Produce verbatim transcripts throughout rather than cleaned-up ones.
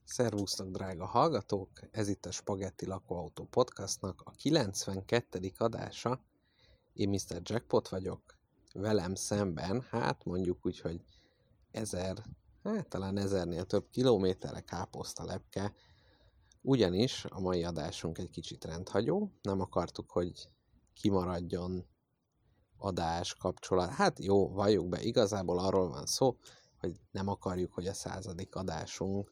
Szervusztok, drága hallgatók! Ez itt a Spagetti Lakóautó Podcastnak a kilencvenkettedik adása. Én miszter Jackpot vagyok. Velem szemben, hát mondjuk úgy, hogy ezer, hát talán ezernél több kilométerre káposztalepke, ugyanis a mai adásunk egy kicsit rendhagyó. Nem akartuk, hogy kimaradjon adás, kapcsolat. Hát jó, valljuk be, igazából arról van szó, hogy nem akarjuk, hogy a századik adásunk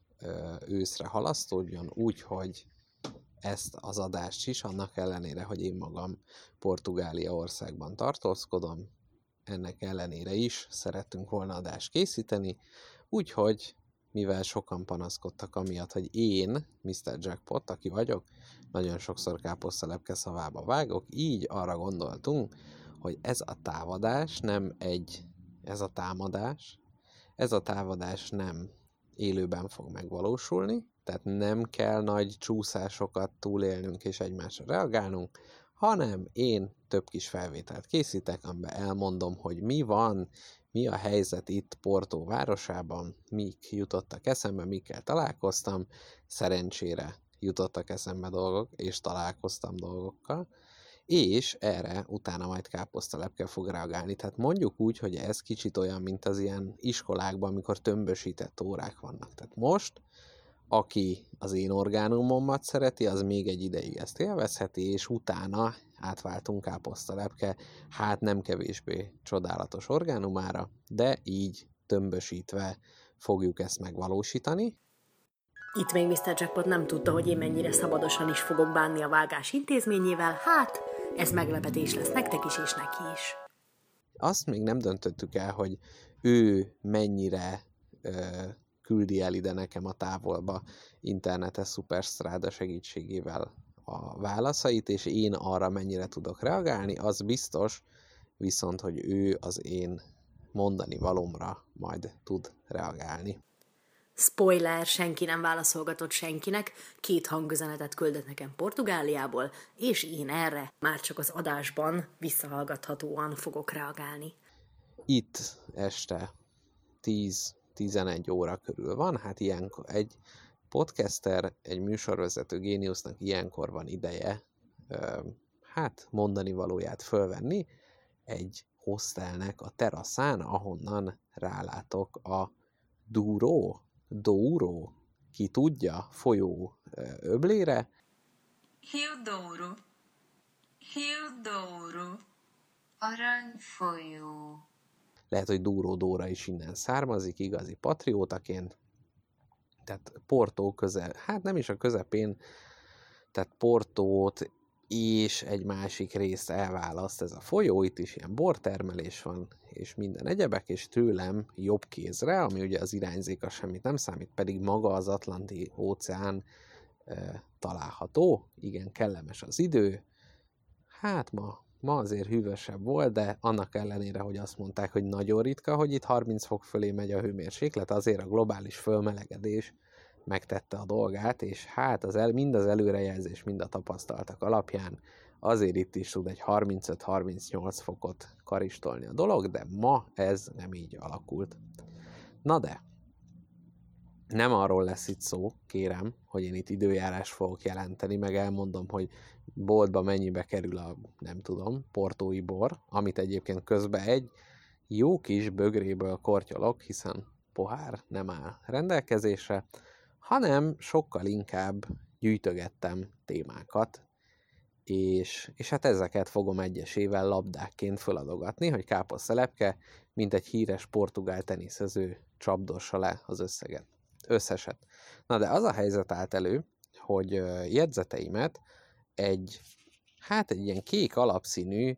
őszre halasztódjon, úgyhogy ezt az adást is, annak ellenére, hogy én magam Portugália országban tartózkodom, ennek ellenére is szerettünk volna adást készíteni, úgyhogy mivel sokan panaszkodtak amiatt, hogy én, miszter Jackpot, aki vagyok, nagyon sokszor káposztalepke szavába vágok, így arra gondoltunk, hogy ez a távadás nem egy, ez a támadás, ez a távadás nem élőben fog megvalósulni, tehát nem kell nagy csúszásokat túlélnünk és egymásra reagálnunk, hanem én több kis felvételt készítek, amiben elmondom, hogy mi van, mi a helyzet itt Porto városában, mik jutottak eszembe, mikkel találkoztam, szerencsére jutottak eszembe dolgok, és találkoztam dolgokkal, és erre utána majd káposztalepke fog reagálni. Tehát mondjuk úgy, hogy ez kicsit olyan, mint az ilyen iskolákban, amikor tömbösített órák vannak. Tehát most, aki az én orgánumomat szereti, az még egy ideig ezt élvezheti, és utána átváltunk káposztalepke, hát nem kevésbé csodálatos orgánumára, de így tömbösítve fogjuk ezt megvalósítani. Itt még miszter Jackpot nem tudta, hogy én mennyire szabadosan is fogok bánni a vágás intézményével, hát ez meglepetés lesz nektek is és neki is. Azt még nem döntöttük el, hogy ő mennyire ö, küldi el ide nekem a távolba internetes szupersztráda segítségével a válaszait, és én arra mennyire tudok reagálni, az biztos, viszont, hogy ő az én mondani valomra majd tud reagálni. Spoiler, senki nem válaszolgatott senkinek, két hangüzenetet küldött nekem Portugáliából, és én erre már csak az adásban visszahallgathatóan fogok reagálni. Itt este tíz-tizenegy óra körül van, hát ilyenkor egy podcaster, egy műsorvezető géniusznak ilyenkor van ideje hát mondani valóját fölvenni egy hostelnek a teraszán, ahonnan rálátok a Douro, Douro, ki tudja, folyó öblére. Rio Douro, Rio Douro, aranyfolyó. Lehet, hogy Douro Dóra is innen származik, igazi patriótaként. Tehát Porto közel, hát nem is a közepén, tehát Portót és egy másik részt elválaszt ez a folyó, itt is ilyen bortermelés van, és minden egyebek, és tőlem jobb kézre, ami ugye az irányzéka semmit nem számít, pedig maga az Atlanti óceán e, található, igen, kellemes az idő, hát ma, ma azért hűvösebb volt, de annak ellenére, hogy azt mondták, hogy nagyon ritka, hogy itt harminc fok fölé megy a hőmérséklet, azért a globális fölmelegedés megtette a dolgát, és hát az el, mind az előrejelzés, mind a tapasztaltak alapján azért itt is tud egy harmincöt-harmincnyolc fokot karistolni a dolog, de ma ez nem így alakult. Na de, nem arról lesz itt szó, kérem, hogy én itt időjárás fogok jelenteni, meg elmondom, hogy boltba mennyibe kerül a, nem tudom, portói bor, amit egyébként közben egy jó kis bögréből kortyolok, hiszen pohár nem áll rendelkezésre, hanem sokkal inkább gyűjtögettem témákat, és, és hát ezeket fogom egyesével labdákként föladogatni, hogy káposztalepke, mint egy híres portugál teniszező csapdossa le az összeget, összeset. Na de az a helyzet állt elő, hogy jegyzeteimet egy, hát egy ilyen kék alapszínű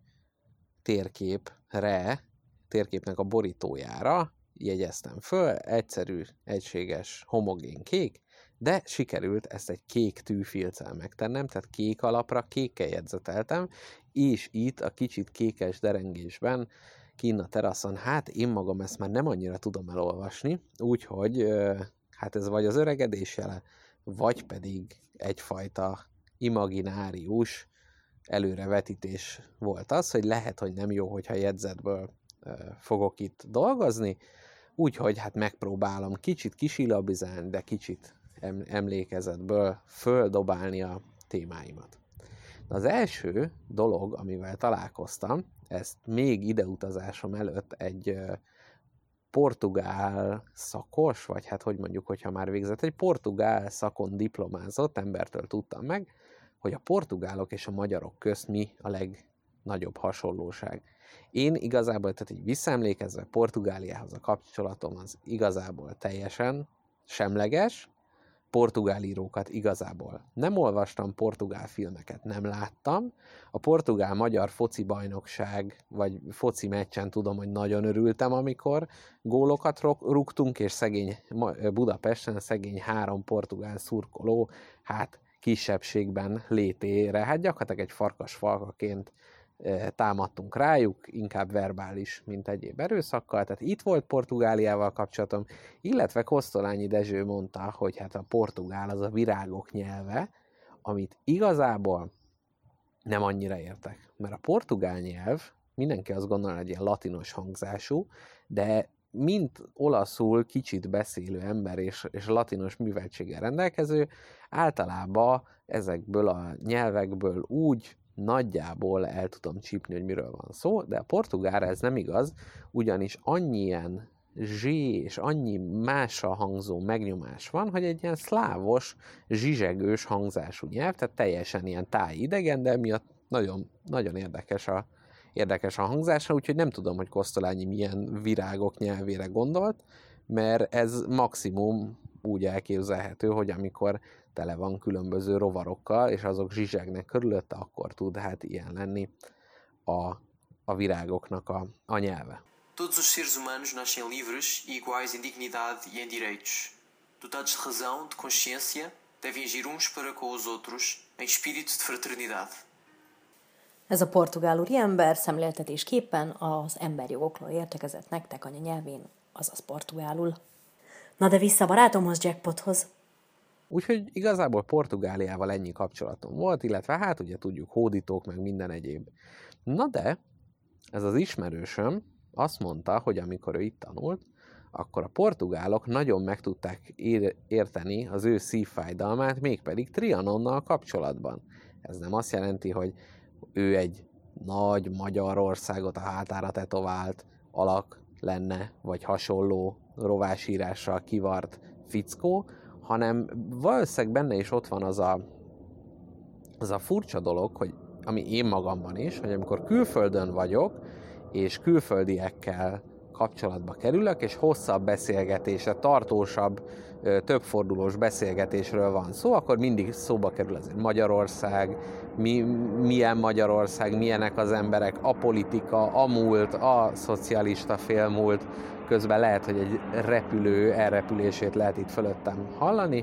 térképre, térképnek a borítójára jegyeztem föl, egyszerű, egységes, homogén kék, de sikerült ezt egy kék tűfilccel megtennem, tehát kék alapra kékkel jegyzeteltem, és itt a kicsit kékes derengésben kinn a teraszon, hát én magam ezt már nem annyira tudom elolvasni, úgyhogy hát ez vagy az öregedés jele, vagy pedig egyfajta imaginárius előrevetítés volt az, hogy lehet, hogy nem jó, hogyha jegyzetből fogok itt dolgozni, úgyhogy hát megpróbálom kicsit kisilabizálni, de kicsit emlékezetből földobálni a témáimat. Az első dolog, amivel találkoztam, ezt még ideutazásom előtt egy portugál szakos, vagy hát hogy mondjuk, hogyha már végzett, egy portugál szakon diplomázott embertől tudtam meg, hogy a portugálok és a magyarok közt mi a legnagyobb hasonlóság. Én igazából, tehát így visszaemlékezve Portugáliához a kapcsolatom az igazából teljesen semleges, portugál írókat igazából nem olvastam, portugál filmeket nem láttam. A portugál-magyar foci bajnokság, vagy foci meccsen tudom, hogy nagyon örültem, amikor gólokat rúgtunk, és szegény Budapesten szegény három portugál szurkoló, hát kisebbségben létére, hát gyakorlatilag egy farkas falkaként támadtunk rájuk, inkább verbális, mint egyéb erőszakkal, tehát itt volt Portugáliával kapcsolatom, illetve Kosztolányi Dezső mondta, hogy hát a portugál az a virágok nyelve, amit igazából nem annyira értek, mert a portugál nyelv, mindenki azt gondolja, hogy ilyen latinos hangzású, de mint olaszul kicsit beszélő ember és, és latinos műveltséggel rendelkező, általában ezekből a nyelvekből úgy nagyjából el tudom csípni, hogy miről van szó, de a portugálra ez nem igaz, ugyanis annyi ilyen zsé és annyi másra hangzó megnyomás van, hogy egy ilyen szlávos, zsizsegős hangzású nyelv, tehát teljesen ilyen tájidegen, de miatt nagyon, nagyon érdekes a, érdekes a hangzása, úgyhogy nem tudom, hogy Kosztolányi milyen virágok nyelvére gondolt, mert ez maximum úgy elképzelhető, hogy amikor tele van különböző rovarokkal, és azok zsizsegnek körülötte, akkor tud hát ilyen lenni a, a virágoknak a, a nyelve. Todos os seres humanos nascem livres e iguais em dignidade e em direitos. Dotados de razão, de consciência, devem agir uns para com os outros em espírito de fraternidade. Ez a portugál úriember szemléltetésképpen az emberjogokról értekezett nektek anyanyelvén, azaz portugálul. Na de vissza barátomhoz, Jackpothoz. Úgyhogy igazából Portugáliával ennyi kapcsolatom volt, illetve hát ugye tudjuk, hódítók, meg minden egyéb. Na de, ez az ismerősöm azt mondta, hogy amikor ő itt tanult, akkor a portugálok nagyon meg tudták ér- érteni az ő szívfájdalmát, mégpedig Trianonnal kapcsolatban. Ez nem azt jelenti, hogy ő egy nagy Magyarországot a hátára tetovált alak lenne, vagy hasonló rovásírással kivart fickó, hanem valószínűleg benne is ott van az a, az a furcsa dolog, hogy ami én magamban is, hogy amikor külföldön vagyok, és külföldiekkel kapcsolatba kerülök, és hosszabb beszélgetésre, tartósabb, többfordulós beszélgetésről van szó, akkor mindig szóba kerül az Magyarország, mi, milyen Magyarország, milyenek az emberek, a politika, a múlt, a szocialista félmúlt, közben lehet, hogy egy repülő elrepülését lehet itt fölöttem hallani.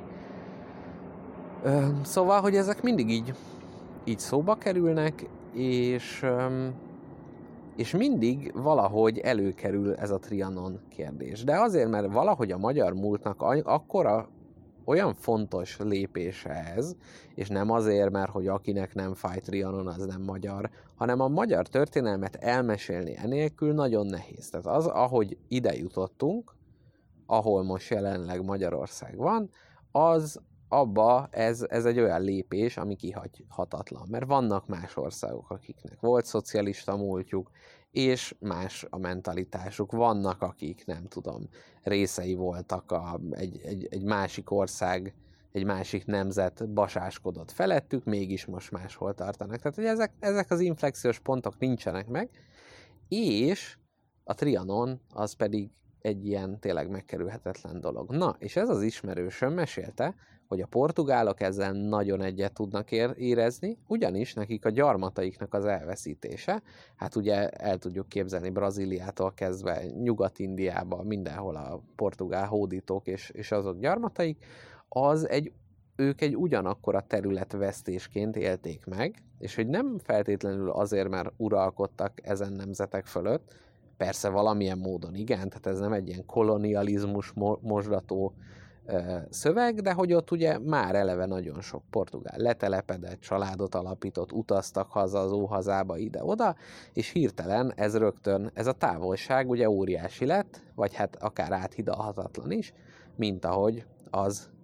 Szóval, hogy ezek mindig így, így szóba kerülnek, és, és mindig valahogy előkerül ez a Trianon kérdés. De azért, mert valahogy a magyar múltnak akkora olyan fontos lépése ez, és nem azért, mert hogy akinek nem fáj Trianon, az nem magyar, hanem a magyar történelmet elmesélni enélkül nagyon nehéz. Tehát az, ahogy ide jutottunk, ahol most jelenleg Magyarország van, az abba ez, ez egy olyan lépés, ami kihagyhatatlan. Mert vannak más országok, akiknek volt szocialista múltjuk, és más a mentalitásuk. Vannak, akik, nem tudom, részei voltak a, egy, egy, egy másik ország, egy másik nemzet basáskodott felettük, mégis most máshol tartanak. Tehát, hogy ezek, ezek az inflexiós pontok nincsenek meg, és a Trianon az pedig egy ilyen tényleg megkerülhetetlen dolog. Na, és ez az ismerősöm mesélte, hogy a portugálok ezzel nagyon egyet tudnak érezni, ugyanis nekik a gyarmataiknak az elveszítése, hát ugye el tudjuk képzelni Brazíliától kezdve Nyugat-Indiába, mindenhol a portugál hódítók és, és azok gyarmataik, az egy, ők egy ugyanakkora területvesztésként élték meg, és hogy nem feltétlenül azért, mert uralkodtak ezen nemzetek fölött, persze valamilyen módon igen, tehát ez nem egy ilyen kolonializmus mosdató szöveg, de hogy ott ugye már eleve nagyon sok portugál letelepedett, családot alapított, utaztak haza az óhazába ide-oda, és hirtelen ez rögtön, ez a távolság ugye óriási lett, vagy hát akár áthidalhatatlan is, mint ahogy az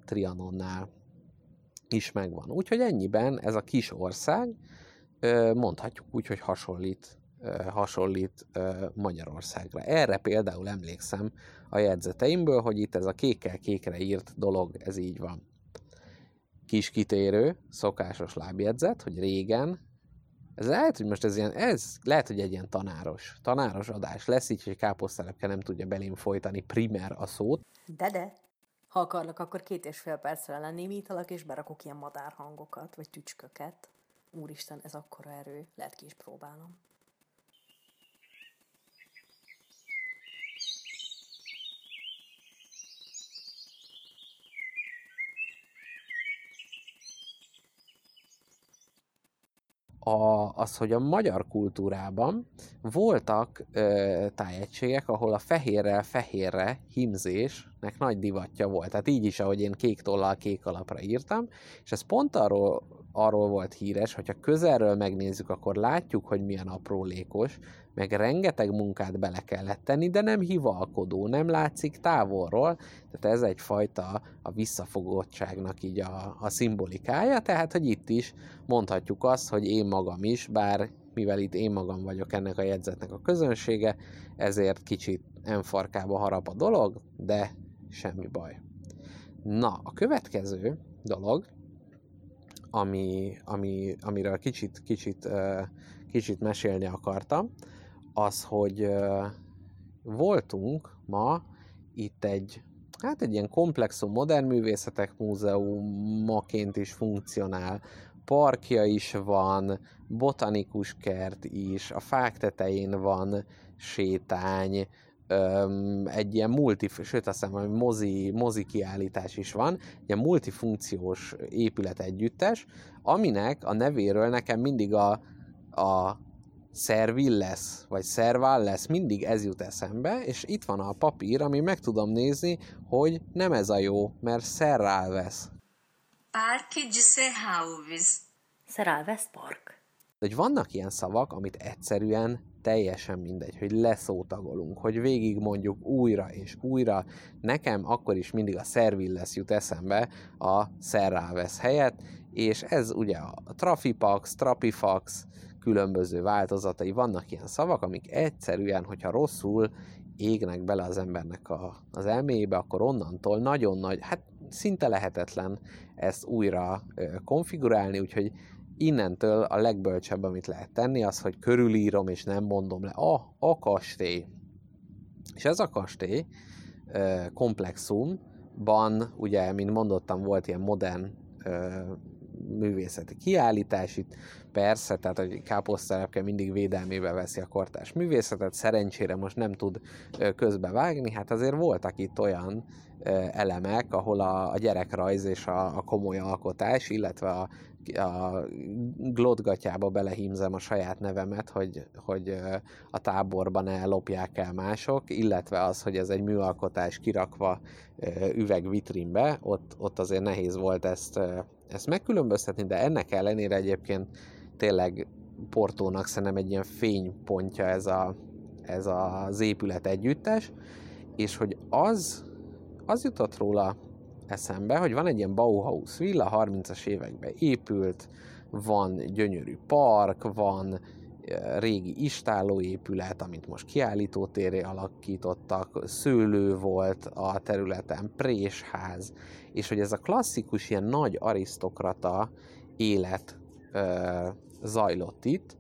Trianonnál is megvan. Úgyhogy ennyiben ez a kis ország, mondhatjuk úgy, hogy hasonlít, hasonlít Magyarországra. Erre például emlékszem a jegyzeteimből, hogy itt ez a kékkel kékre írt dolog, ez így van. Kis kitérő, szokásos lábjegyzet, hogy régen, ez lehet, hogy most ez ilyen, ez lehet, hogy egy ilyen tanáros, tanáros adás lesz, így, hogy káposztelepke nem tudja belém folytani primer a szót. De de. Ha akarlak, akkor két és fél percre lenémítalak, és berakok ilyen madárhangokat, vagy tücsköket. Úristen, ez akkora erő. Lehet ki is próbálom. A, az, hogy a magyar kultúrában voltak ö, tájegységek, ahol a fehérrel fehérre hímzésnek nagy divatja volt. Tehát így is, ahogy én kék tollal kék alapra írtam, és ez pont arról, arról volt híres, hogyha közelről megnézzük, akkor látjuk, hogy milyen aprólékos, meg rengeteg munkát bele kellett tenni, de nem hivalkodó, nem látszik távolról, tehát ez egyfajta a visszafogottságnak így a, a szimbolikája, tehát hogy itt is mondhatjuk azt, hogy én magam is, bár mivel itt én magam vagyok ennek a jegyzetnek a közönsége, ezért kicsit enfarkába harap a dolog, de semmi baj. Na, a következő dolog, ami, ami, amiről kicsit, kicsit, kicsit mesélni akartam, az, hogy voltunk ma itt egy, hát egy ilyen komplexum modern művészetek múzeumaként is funkcionál, parkja is van, botanikus kert is, a fák tetején van sétány, egy ilyen multi, sőt azt hiszem, hogy mozi, mozi kiállítás is van, egy ilyen multifunkciós épület együttes, aminek a nevéről nekem mindig a, a Servillesz, vagy Servalles, mindig ez jut eszembe, és itt van a papír, ami meg tudom nézni, hogy nem ez a jó, mert Serralves. Parque de Serralves. Serralves Park. Hogy vannak ilyen szavak, amit egyszerűen teljesen mindegy, hogy leszótagolunk, hogy végig mondjuk újra és újra. Nekem akkor is mindig a Servillesz jut eszembe a Serralves helyett, és ez ugye a Trafipax, Trapifax, különböző változatai, vannak ilyen szavak, amik egyszerűen, hogyha rosszul égnek bele az embernek a, az elméjébe, akkor onnantól nagyon nagy, hát szinte lehetetlen ezt újra ö, konfigurálni, úgyhogy innentől a legbölcsebb, amit lehet tenni, az, hogy körülírom, és nem mondom le, a, a kastély. És ez a kastély ö, komplexumban, ugye, mint mondottam, volt ilyen modern ö, művészeti kiállítás itt, persze, tehát a káposztelepke mindig védelmébe veszi a kortárs művészetet, szerencsére most nem tud közbevágni, hát azért voltak itt olyan elemek, ahol a, a gyerekrajz és a, a komoly alkotás, illetve a, a glotgatyába belehímzem a saját nevemet, hogy, hogy a táborban ne lopják el mások, illetve az, hogy ez egy műalkotás kirakva üvegvitrínbe, ott, ott azért nehéz volt ezt, ezt megkülönböztetni, de ennek ellenére egyébként tényleg Portónak szerintem egy ilyen fénypontja ez, a, ez az épület együttes, és hogy az, az jutott róla eszembe, hogy van egy ilyen Bauhaus villa, harmincas években épült, van gyönyörű park, van régi istállóépület, amit most kiállítótérré alakítottak, szőlő volt a területen, présház, és hogy ez a klasszikus ilyen nagy arisztokrata élet ö, zajlott itt,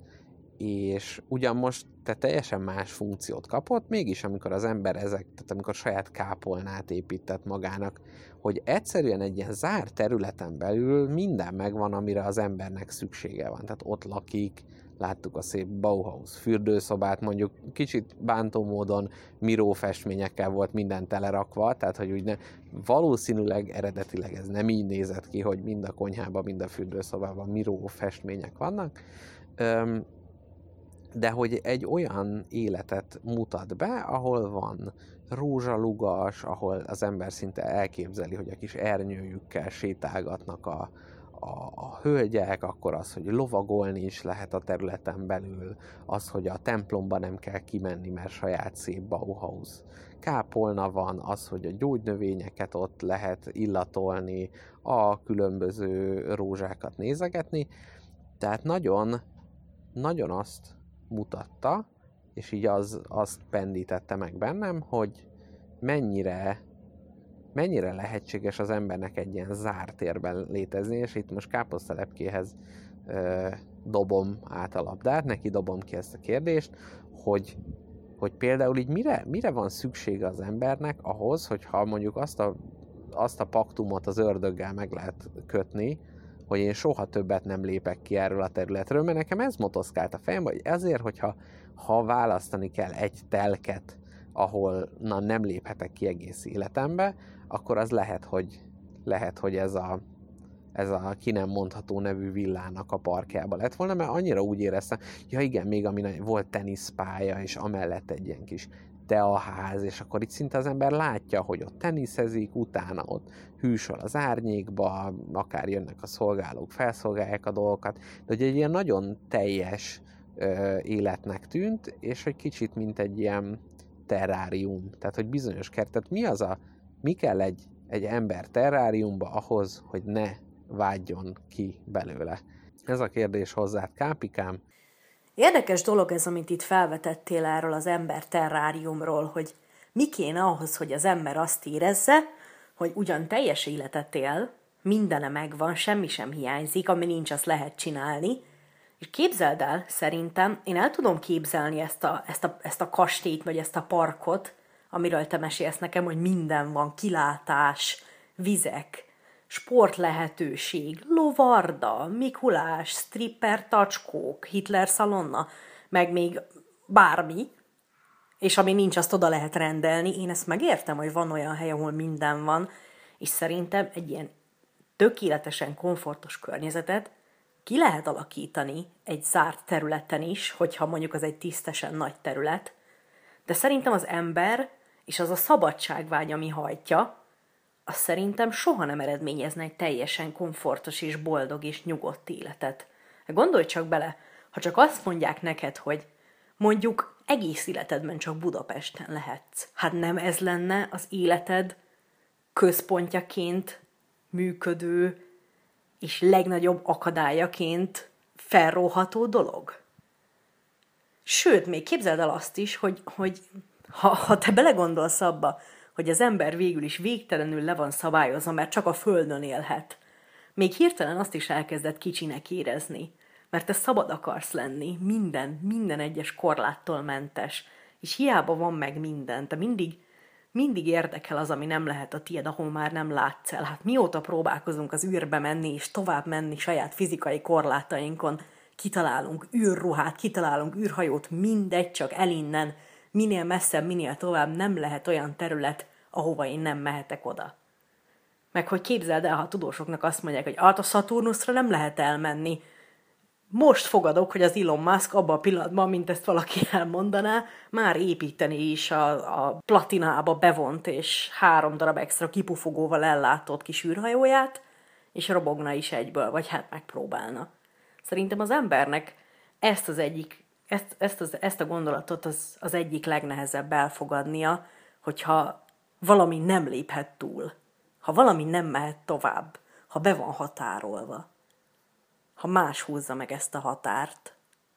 és ugyan most te teljesen más funkciót kapott, mégis amikor az ember ezek, tehát amikor saját kápolnát épített magának, hogy egyszerűen egy ilyen zárt területen belül minden megvan, amire az embernek szüksége van. Tehát ott lakik, láttuk a szép Bauhaus fürdőszobát, mondjuk kicsit bántó módon miró festményekkel volt minden telerakva, tehát hogy úgy ne, valószínűleg eredetileg ez nem így nézett ki, hogy mind a konyhában, mind a fürdőszobában miró festmények vannak, Öm, de hogy egy olyan életet mutat be, ahol van rózsalugas, ahol az ember szinte elképzeli, hogy a kis ernyőjükkel sétálgatnak a, a, a hölgyek, akkor az, hogy lovagolni is lehet a területen belül, az, hogy a templomba nem kell kimenni, mert saját szép Bauhaus kápolna van, az, hogy a gyógynövényeket ott lehet illatolni, a különböző rózsákat nézegetni. Tehát nagyon, nagyon azt mutatta, és így az, azt pendítette meg bennem, hogy mennyire, mennyire lehetséges az embernek egy ilyen zárt térben létezni, és itt most káposztalepkéhez ö, dobom át a labdát, neki dobom ki ezt a kérdést, hogy, hogy például így mire, mire van szüksége az embernek ahhoz, hogyha mondjuk azt a, azt a paktumot az ördöggel meg lehet kötni, hogy én soha többet nem lépek ki erről a területről, mert nekem ez motoszkált a fejembe, hogy ezért, hogyha ha választani kell egy telket, ahol na, nem léphetek ki egész életembe, akkor az lehet, hogy, lehet, hogy ez a, ez a ki nem mondható nevű villának a parkjába lett volna, mert annyira úgy éreztem, ja igen, még ami volt teniszpálya, és amellett egy ilyen kis teaház, és akkor itt szinte az ember látja, hogy ott teniszezik, utána ott hűsöl az árnyékba, akár jönnek a szolgálók, felszolgálják a dolgokat, de hogy egy ilyen nagyon teljes ö, életnek tűnt, és hogy kicsit mint egy ilyen terrárium, tehát hogy bizonyos kert, tehát mi az a, mi kell egy, egy ember terráriumba ahhoz, hogy ne vágyjon ki belőle? Ez a kérdés hozzád, Kápikám. Érdekes dolog ez, amit itt felvetettél erről az ember terráriumról, hogy mi kéne ahhoz, hogy az ember azt érezze, hogy ugyan teljes életet él, mindene megvan, semmi sem hiányzik, ami nincs, azt lehet csinálni, és képzeld el, szerintem, én el tudom képzelni ezt a, ezt a, ezt a kastélyt, vagy ezt a parkot, amiről te mesélsz nekem, hogy minden van, kilátás, vizek, sportlehetőség, lovarda, Mikulás, stripper tacskók, Hitler szalonna, meg még bármi, és ami nincs, azt oda lehet rendelni. Én ezt megértem, hogy van olyan hely, ahol minden van, és szerintem egy ilyen tökéletesen komfortos környezetet ki lehet alakítani egy zárt területen is, hogyha mondjuk az egy tisztesen nagy terület, de szerintem az ember, és az a szabadságvágy, ami hajtja, az szerintem soha nem eredményezne egy teljesen komfortos és boldog és nyugodt életet. Gondolj csak bele, ha csak azt mondják neked, hogy mondjuk egész életedben csak Budapesten lehetsz. Hát nem ez lenne az életed központjaként működő és legnagyobb akadályaként felróható dolog? Sőt, még képzeld el azt is, hogy, hogy ha, ha te belegondolsz abba, hogy az ember végül is végtelenül le van szabályozva, mert csak a földön élhet. Még hirtelen azt is elkezdett kicsinek érezni, mert te szabad akarsz lenni, minden, minden egyes korláttól mentes, és hiába van meg minden, te mindig, mindig érdekel az, ami nem lehet a tiéd, ahol már nem látsz el. Hát mióta próbálkozunk az űrbe menni, és tovább menni saját fizikai korlátainkon, kitalálunk űrruhát, kitalálunk űrhajót, mindegy, csak el innen, minél messzebb, minél tovább nem lehet olyan terület, ahova én nem mehetek oda. Meg hogy képzeld el, ha a tudósoknak azt mondják, hogy hát a Szaturnuszra nem lehet elmenni. Most fogadok, hogy az Elon Musk abban a pillanatban, mint ezt valaki elmondaná, már építeni is a, a platinába bevont és három darab extra kipufogóval ellátott kis űrhajóját, és robogna is egyből, vagy hát megpróbálna. Szerintem az embernek ezt az egyik Ezt, ezt, az, ezt a gondolatot az, az egyik legnehezebb elfogadnia, hogyha valami nem léphet túl, ha valami nem mehet tovább, ha be van határolva, ha más húzza meg ezt a határt.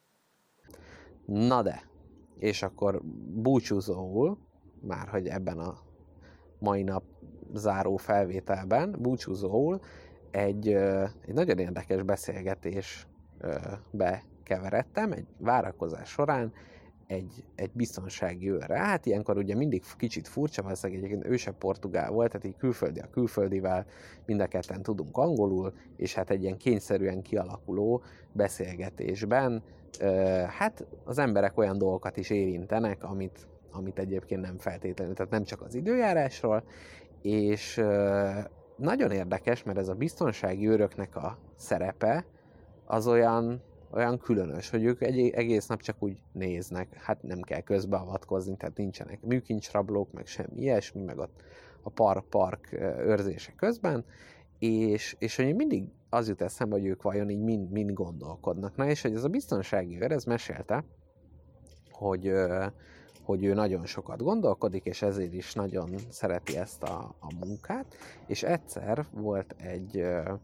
Na de, és akkor búcsúzóul, már hogy ebben a mai nap záró felvételben, búcsúzóul egy, egy nagyon érdekes beszélgetésbe keveredtem egy várakozás során egy, egy biztonsági őrre. Hát ilyenkor ugye mindig kicsit furcsa, valószínűleg egyébként ő se portugál volt, tehát így külföldi a külföldivel, mind a ketten tudunk angolul, és hát egy ilyen kényszerűen kialakuló beszélgetésben hát az emberek olyan dolgokat is érintenek, amit, amit egyébként nem feltétlenül, tehát nem csak az időjárásról, és nagyon érdekes, mert ez a biztonsági őröknek a szerepe az olyan olyan különös, hogy ők egy, egész nap csak úgy néznek, hát nem kell közbeavatkozni, tehát nincsenek műkincsrablók, meg semmi ilyesmi, meg ott a park-park őrzése közben, és, és hogy mindig az jut eszembe, hogy ők vajon így mind, mind gondolkodnak. Na és hogy ez a biztonsági őr, ez mesélte, hogy, hogy ő nagyon sokat gondolkodik, és ezért is nagyon szereti ezt a, a munkát, és egyszer volt egy,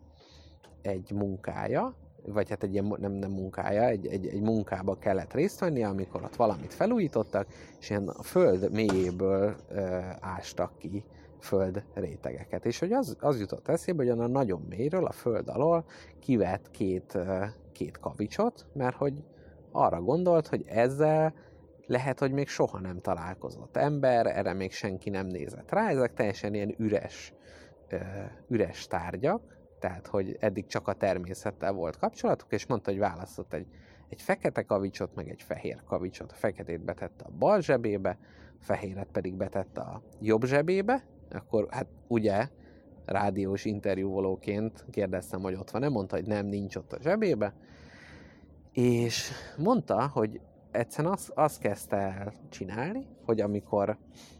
egy munkája, vagy hát egy ilyen, nem, nem munkája, egy, egy, egy munkába kellett részt vennie, amikor ott valamit felújítottak, és ilyen a föld mélyéből ö, ástak ki föld rétegeket. És hogy az, az jutott eszébe, hogy onnan nagyon mélyről, a föld alól kivett két, két kavicsot, mert hogy arra gondolt, hogy ezzel lehet, hogy még soha nem találkozott ember, erre még senki nem nézett rá, ezek teljesen ilyen üres, ö, üres tárgyak, tehát, hogy eddig csak a természettel volt kapcsolatuk, és mondta, hogy választott egy, egy fekete kavicsot, meg egy fehér kavicsot. A feketét betette a bal zsebébe, a fehéret pedig betette a jobb zsebébe, akkor hát ugye rádiós interjúvolóként kérdeztem, hogy ott van-e, mondta, hogy nem, nincs ott a zsebébe, és mondta, hogy egyszerűen azt, azt kezdte el csinálni, hogy amikor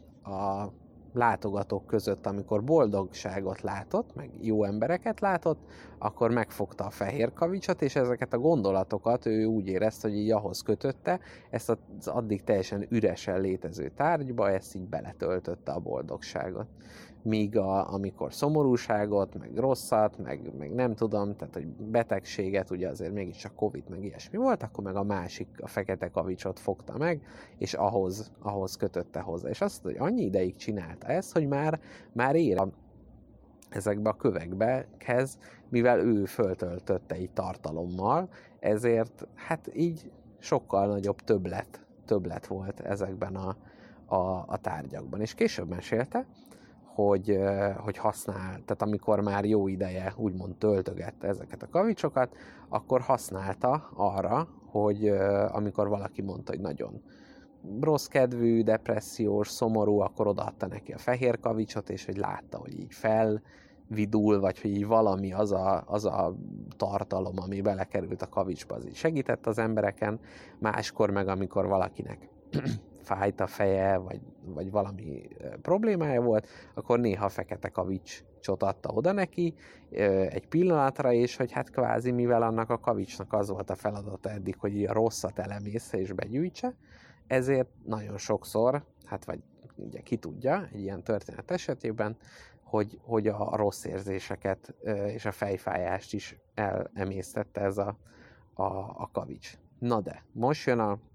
a látogatók között, amikor boldogságot látott, meg jó embereket látott, akkor megfogta a fehér kavicsot, és ezeket a gondolatokat ő úgy érezte, hogy így ahhoz kötötte, ezt az addig teljesen üresen létező tárgyba, ezt így beletöltötte a boldogságot. Míg a, amikor szomorúságot, meg rosszat, meg, meg nem tudom, tehát hogy betegséget, ugye azért mégiscsak Covid, meg ilyesmi volt, akkor meg a másik, a fekete kavicsot fogta meg, és ahhoz, ahhoz kötötte hozzá. És azt mondta, hogy annyi ideig csinálta ezt, hogy már, már ér a, ezekbe a kövekbe kezd, mivel ő föltöltötte így tartalommal, ezért hát így sokkal nagyobb többlet, többlet volt ezekben a, a, a tárgyakban. És később mesélte, hogy, hogy használ, tehát amikor már jó ideje úgymond töltögette ezeket a kavicsokat, akkor használta arra, hogy amikor valaki mondta, hogy nagyon rossz kedvű, depressziós, szomorú, akkor odaadta neki a fehér kavicsot, és hogy látta, hogy így felvidul, vagy hogy így valami az a, az a tartalom, ami belekerült a kavicsba, az így segített az embereken. Máskor meg, amikor valakinek fájt a feje, vagy, vagy valami problémája volt, akkor néha fekete kavicsot adta oda neki egy pillanatra, és hogy hát kvázi, mivel annak a kavicsnak az volt a feladata eddig, hogy a rosszat elemészze és begyűjtse, ezért nagyon sokszor, hát vagy ugye ki tudja, egy ilyen történet esetében, hogy, hogy a rossz érzéseket és a fejfájást is elemésztette ez a, a, a kavics. Na de, most jön a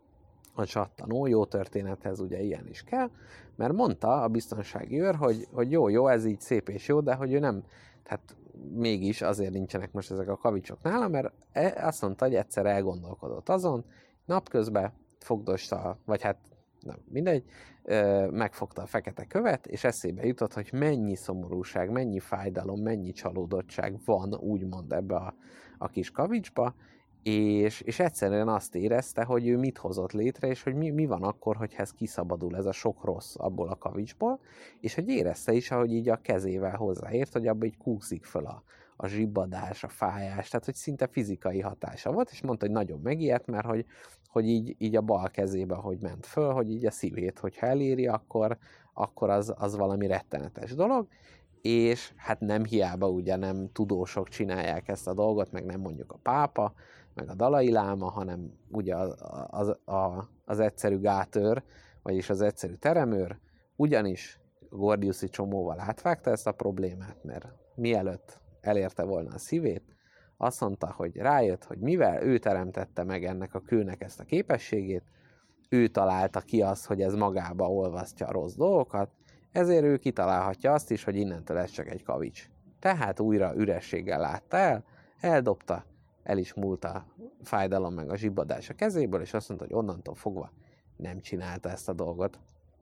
a csattanó, jó történethez ugye ilyen is kell, mert mondta a biztonsági őr, hogy, hogy jó, jó, ez így szép és jó, de hogy ő nem, tehát mégis azért nincsenek most ezek a kavicsok nála, mert azt mondta, hogy egyszer elgondolkodott azon, napközben fogdosta, vagy hát nem, mindegy, megfogta a fekete követ, és eszébe jutott, hogy mennyi szomorúság, mennyi fájdalom, mennyi csalódottság van úgymond ebbe a, a kis kavicsba, És, és egyszerűen azt érezte, hogy ő mit hozott létre, és hogy mi, mi van akkor, hogyha ez kiszabadul, ez a sok rossz abból a kavicsból, és hogy érezte is, ahogy így a kezével hozzáért, hogy abban így kúszik föl a, a zsibbadás, a fájás, tehát hogy szinte fizikai hatása volt, és mondta, hogy nagyon megijedt, mert hogy, hogy így, így a bal kezébe, hogy ment föl, hogy így a szívét, hogyha eléri, akkor, akkor az, az valami rettenetes dolog, és hát nem hiába ugye nem tudósok csinálják ezt a dolgot, meg nem mondjuk a pápa, meg a dalai láma, hanem ugye az, az, az, az egyszerű gátőr, vagyis az egyszerű teremőr, ugyanis Gordiuszi csomóval átvágta ezt a problémát, mert mielőtt elérte volna a szívét, azt mondta, hogy rájött, hogy mivel ő teremtette meg ennek a kőnek ezt a képességét, ő találta ki azt, hogy ez magába olvasztja a rossz dolgokat, ezért ő kitalálhatja azt is, hogy innentől ez csak egy kavics. Tehát újra ürességgel látta el, eldobta, el is múlt a fájdalom meg a zsibbadás a kezéből, és azt mondta, hogy onnantól fogva nem csinálta ezt a dolgot.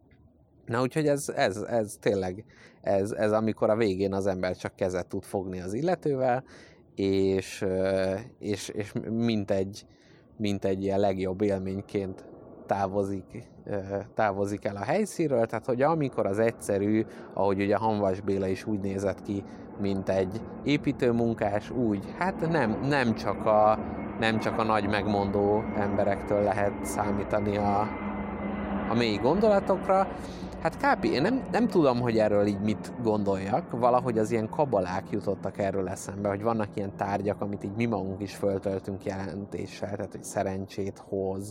Na úgyhogy ez, ez, ez tényleg, ez, ez amikor a végén az ember csak kezet tud fogni az illetővel, és, és, és mint, egy, mint egy ilyen legjobb élményként távozik, távozik el a helyszínről, tehát hogy amikor az egyszerű, ahogy ugye Hamvas Béla is úgy nézett ki, mint egy építőmunkás, úgy, hát nem, nem, csak a, nem csak a nagy megmondó emberektől lehet számítani a, a mély gondolatokra. Hát kápi, én nem, nem tudom, hogy erről így mit gondoljak, valahogy az ilyen kabalák jutottak erről eszembe, hogy vannak ilyen tárgyak, amit így mi magunk is föltöltünk jelentéssel, tehát hogy szerencsét hoz,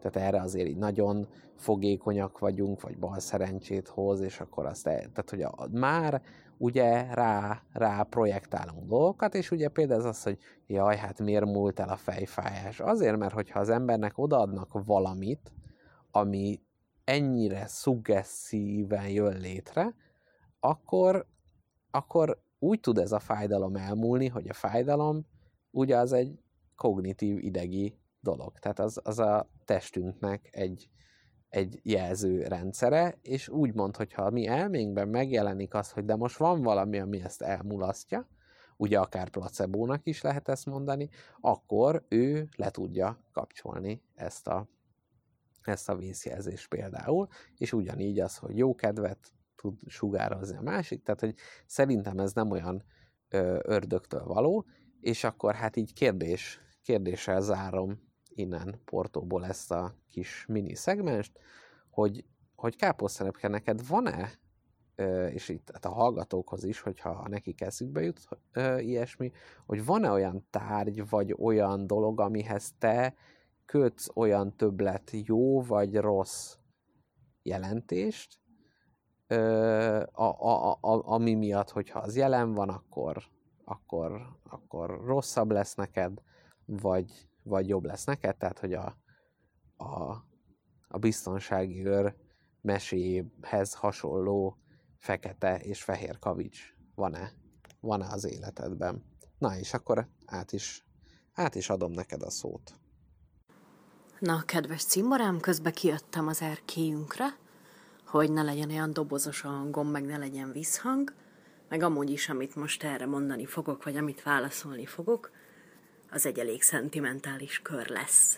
tehát erre azért így nagyon fogékonyak vagyunk, vagy bal szerencsét hoz, és akkor azt, el, tehát hogy a, már ugye rá, rá projektálunk dolgokat, és ugye például ez az, hogy jaj, hát miért múlt el a fejfájás? Azért, mert hogyha az embernek odaadnak valamit, ami ennyire szuggesszíven jön létre, akkor, akkor úgy tud ez a fájdalom elmúlni, hogy a fájdalom ugye az egy kognitív idegi dolog. Tehát az, az a testünknek egy, egy jelző rendszere, és úgymond, hogyha a mi elménkben megjelenik az, hogy de most van valami, ami ezt elmulasztja, ugye akár placebónak is lehet ezt mondani, akkor ő le tudja kapcsolni ezt a, ezt a vészjelzést például, és ugyanígy az, hogy jó kedvet tud sugározni a másik, tehát hogy szerintem ez nem olyan ö, ördögtől való, és akkor hát így kérdés, kérdéssel zárom innen Portóból ezt a kis mini szegmenst, hogy, hogy káposztelepke, neked van-e, ö, és itt hát a hallgatókhoz is, hogyha nekik eszükbe jut ö, ilyesmi, hogy van-e olyan tárgy, vagy olyan dolog, amihez te kötsz olyan többlet jó vagy rossz jelentést, ö, a, a, a, ami miatt, hogyha az jelen van, akkor, akkor, akkor rosszabb lesz neked, vagy, vagy jobb lesz neked, tehát hogy a, a, a biztonsági őr meséhez hasonló fekete és fehér kavics van-e, van-e az életedben. Na és akkor át is, át is adom neked a szót. Na, kedves cimborám, közben kijöttem az erkélyünkre, hogy ne legyen olyan dobozos a hangom, meg ne legyen visszhang, meg amúgy is, amit most erre mondani fogok, vagy amit válaszolni fogok, az egy elég szentimentális kör lesz.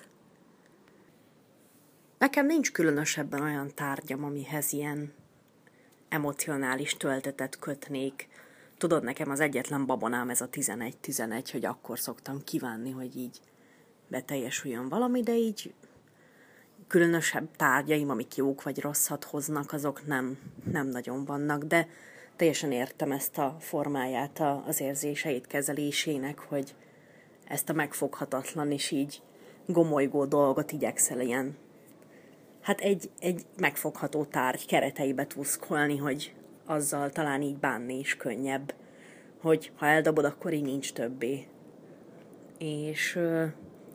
Nekem nincs különösebben olyan tárgyam, amihez ilyen emocionális töltetet kötnék. Tudod, nekem az egyetlen babonám ez a tizenegy tizenegy, hogy akkor szoktam kívánni, hogy így beteljesüljön valami, de így különösebb tárgyaim, amik jók vagy rosszat hoznak, azok nem, nem nagyon vannak, de teljesen értem ezt a formáját az érzéseit kezelésének, hogy ezt a megfoghatatlan és így gomolygó dolgot igyekszel ilyen, hát egy, egy megfogható tárgy kereteibe tuszkolni, hogy azzal talán így bánni is könnyebb, hogy ha eldobod, akkor így nincs többé. És euh,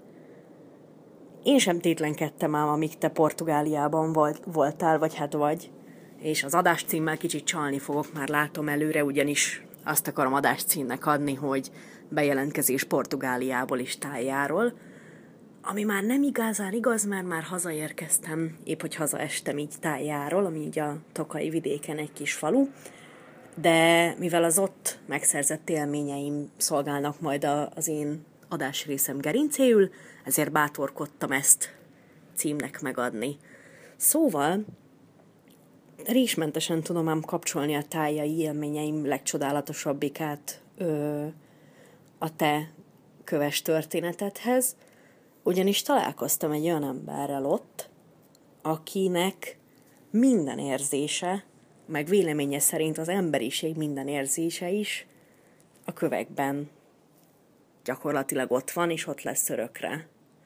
én sem tétlenkedtem ám, amíg te Portugáliában volt, voltál, vagy hát vagy, és az adáscímmel kicsit csalni fogok, már látom előre, ugyanis azt akarom adáscímnek adni, hogy bejelentkezés Portugáliából és tájáról, ami már nem igazán igaz, mert már hazaérkeztem, épp hogy hazaestem így tájáról, ami így a Tokaji vidéken egy kis falu, de mivel az ott megszerzett élményeim szolgálnak majd az én adásrészem gerincéül, ezért bátorkodtam ezt címnek megadni. Szóval résmentesen tudom ám kapcsolni a tájai élményeim legcsodálatosabbikát ö, a te köves történetedhez, ugyanis találkoztam egy olyan emberrel ott, akinek minden érzése, meg véleménye szerint az emberiség minden érzése is a kövekben gyakorlatilag ott van, és ott lesz örökre.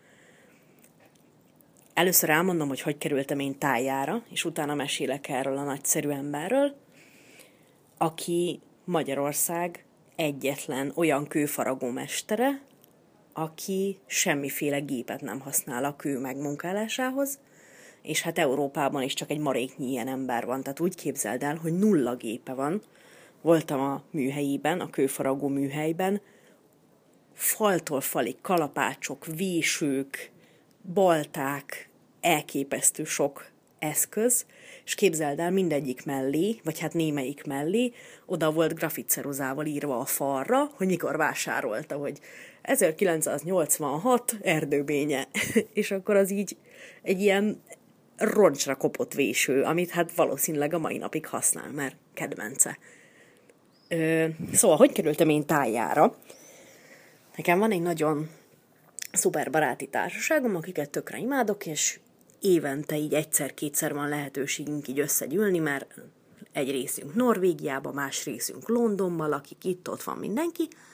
Először elmondom, hogy hogy kerültem én tájára, és utána mesélek erről a nagyszerű emberről, aki Magyarország egyetlen olyan kőfaragó mestere, aki semmiféle gépet nem használ a kő megmunkálásához, és hát Európában is csak egy maréknyi ilyen ember van, tehát úgy képzeld el, hogy nulla gépe van. Voltam a műhelyében, a kőfaragó műhelyben, faltól falig kalapácsok, vésők, balták, elképesztő sok eszköz, és képzeld el, mindegyik mellé, vagy hát némelyik mellé, oda volt grafitceruzával írva a falra, hogy mikor vásárolta, hogy ezerkilencszáznyolcvanhat erdőbénye, és akkor az így egy ilyen roncsra kopott véső, amit hát valószínűleg a mai napig használ, mert kedvence. Ö, szóval, hogy kerültem én tájára? Nekem van egy nagyon szuper baráti társaságom, akiket tökre imádok, és évente így egyszer-kétszer van lehetőségünk így összegyűlni, mert egy részünk Norvégiában, más részünk Londonban lakik, itt-ott van mindenki,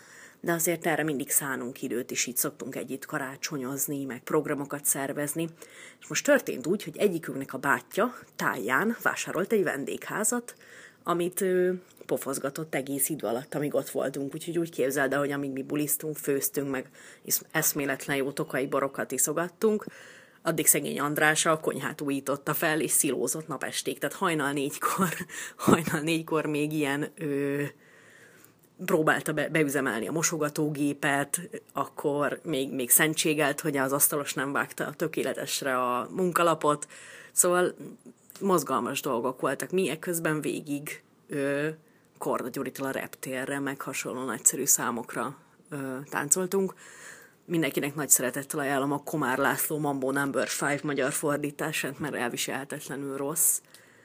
de azért erre mindig szánunk időt, és így szoktunk együtt karácsonyozni, meg programokat szervezni. És most történt úgy, hogy egyikünknek a bátyja táján vásárolt egy vendégházat, amit ő pofozgatott egész idő alatt, amíg ott voltunk. Úgyhogy úgy képzeld el, hogy amíg mi bulisztunk, főztünk, meg eszméletlen jó tokai borokat iszogattunk, addig szegény András a konyhát újította fel, és szilózott napestig. Tehát hajnal négykor, hajnal négykor még ilyen ö, próbálta be, beüzemelni a mosogatógépet, akkor még, még szentségelt, hogy az asztalos nem vágta tökéletesre a munkalapot. Szóval mozgalmas dolgok voltak. Mi ekközben végig ö, Korda Gyuritól a reptérre, meg hasonló nagyszerű számokra ö, táncoltunk. Mindenkinek nagy szeretettel ajánlom a Komár László Mambo number öt magyar fordítását, mert elviselhetetlenül rossz.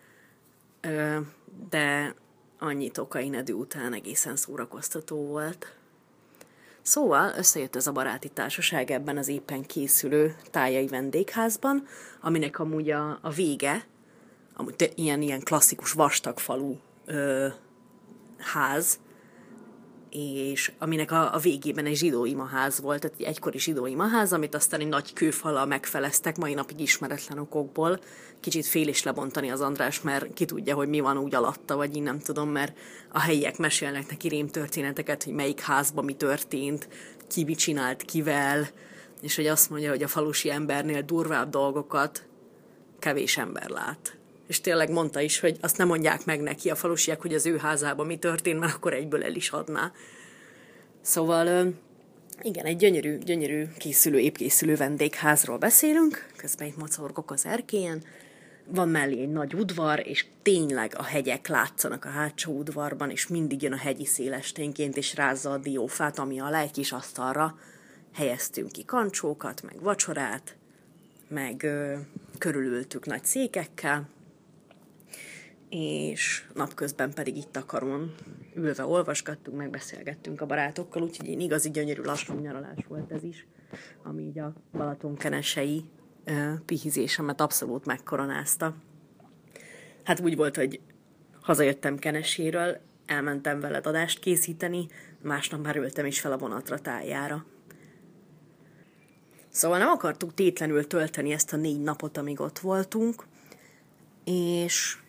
Ö, de annyi tokainedű után egészen szórakoztató volt. Szóval összejött ez a baráti társaság ebben az éppen készülő tájai vendégházban, aminek amúgy a, a vége, amúgy ilyen, ilyen klasszikus vastagfalú ö, ház, és aminek a, a végében egy zsidó imaház volt, tehát egy egykori zsidó imaház, amit aztán egy nagy kőfallal megfeleztek, mai napig ismeretlen okokból. Kicsit fél is lebontani az András, mert ki tudja, hogy mi van úgy alatta, vagy én nem tudom, mert a helyiek mesélnek neki rémtörténeteket, hogy melyik házban mi történt, ki mit csinált kivel, és hogy azt mondja, hogy a falusi embernél durvább dolgokat kevés ember lát. És tényleg mondta is, hogy azt nem mondják meg neki a falusiak, hogy az ő házában mi történt, mert akkor egyből el is adná. Szóval igen, egy gyönyörű, gyönyörű készülő, épp készülő vendégházról beszélünk, közben itt mocorgok az erkélyen. Van mellé egy nagy udvar, és tényleg a hegyek látszanak a hátsó udvarban, és mindig jön a hegyi szél esténként, és rázza a diófát, ami alá egy kis asztalra helyeztünk ki kancsókat, meg vacsorát, meg ö, körülültük nagy székekkel, és napközben pedig itt a karon ülve olvasgattunk, megbeszélgettünk a barátokkal, úgyhogy én igazi gyönyörű lassú nyaralás volt ez is, ami így a balatonkenesei uh, pihizésemet abszolút megkoronázta. Hát úgy volt, hogy hazajöttem Keneséről, elmentem veled adást készíteni, másnap már ültem is fel a vonatra tájára. Szóval nem akartuk tétlenül tölteni ezt a négy napot, amíg ott voltunk, és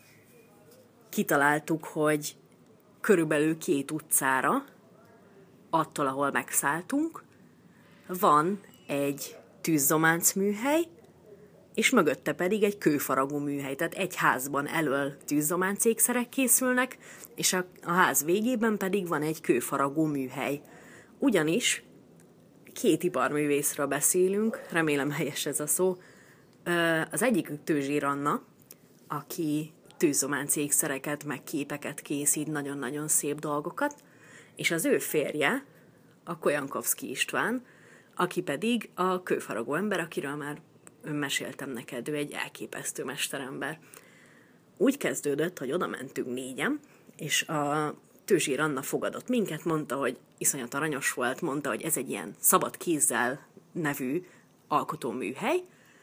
kitaláltuk, hogy körülbelül két utcára, attól, ahol megszálltunk, van egy tűzzománc műhely, és mögötte pedig egy kőfaragó műhely. Tehát egy házban elől tűzzománc ékszerek készülnek, és a, a ház végében pedig van egy kőfaragó műhely. Ugyanis két iparművészről beszélünk, remélem helyes ez a szó. Az egyikük Tőzsér Anna, aki tűzzománc ékszereket, meg képeket készít, nagyon-nagyon szép dolgokat, és az ő férje, a Kojankovszki István, aki pedig a kőfaragó ember, akiről már meséltem neked, ő egy elképesztő mesterember. Úgy kezdődött, hogy oda mentünk négyen, és a Tőzsér Anna fogadott minket, mondta, hogy iszonyat aranyos volt, mondta, hogy ez egy ilyen szabad kézzel nevű alkotóműhely,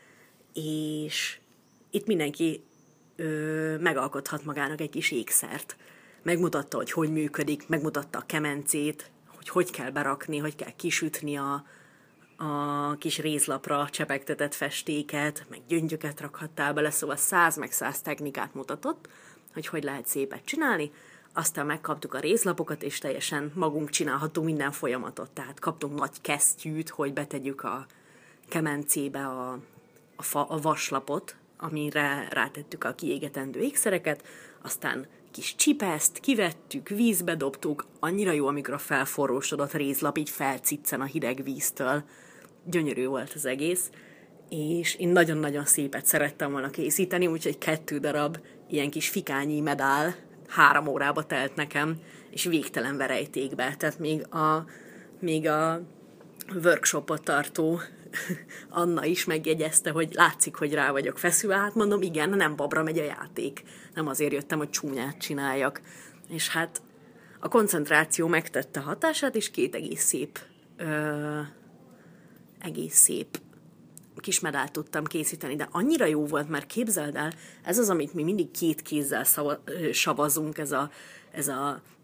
és itt mindenki ö, megalkothat magának egy kis ékszert. Megmutatta, hogy hogy működik, megmutatta a kemencét, hogy hogy kell berakni, hogy kell kisütni a, a kis rézlapra csepegtetett festéket, meg gyöngyöket rakhattál bele, szóval száz meg száz technikát mutatott, hogy hogy lehet szépet csinálni. Aztán megkaptuk a rézlapokat, és teljesen magunk csinálhatunk minden folyamatot. Tehát kaptunk nagy kesztyűt, hogy betegyük a kemencébe a, a, fa, a vaslapot, amire rátettük a kiégetendő ékszereket, aztán kis csipeszt, kivettük, vízbe dobtuk, annyira jó, amikor a felforrósodott rézlap így felciccen a hideg víztől. Gyönyörű volt az egész, és én nagyon-nagyon szépet szerettem volna készíteni, úgyhogy kettő darab ilyen kis fikányi medál három órába telt nekem, és végtelen verejtékbe. Tehát még a, még a workshopot tartó Anna is megjegyezte, hogy látszik, hogy rá vagyok feszülve. Hát mondom, igen, nem babra megy a játék. Nem azért jöttem, hogy csúnyát csináljak. És hát a koncentráció megtette hatását, és két egész szép ö, egész szép kis medált tudtam készíteni, de annyira jó volt, mert képzeld el, ez az, amit mi mindig két kézzel szava, savazunk, ez a, ez a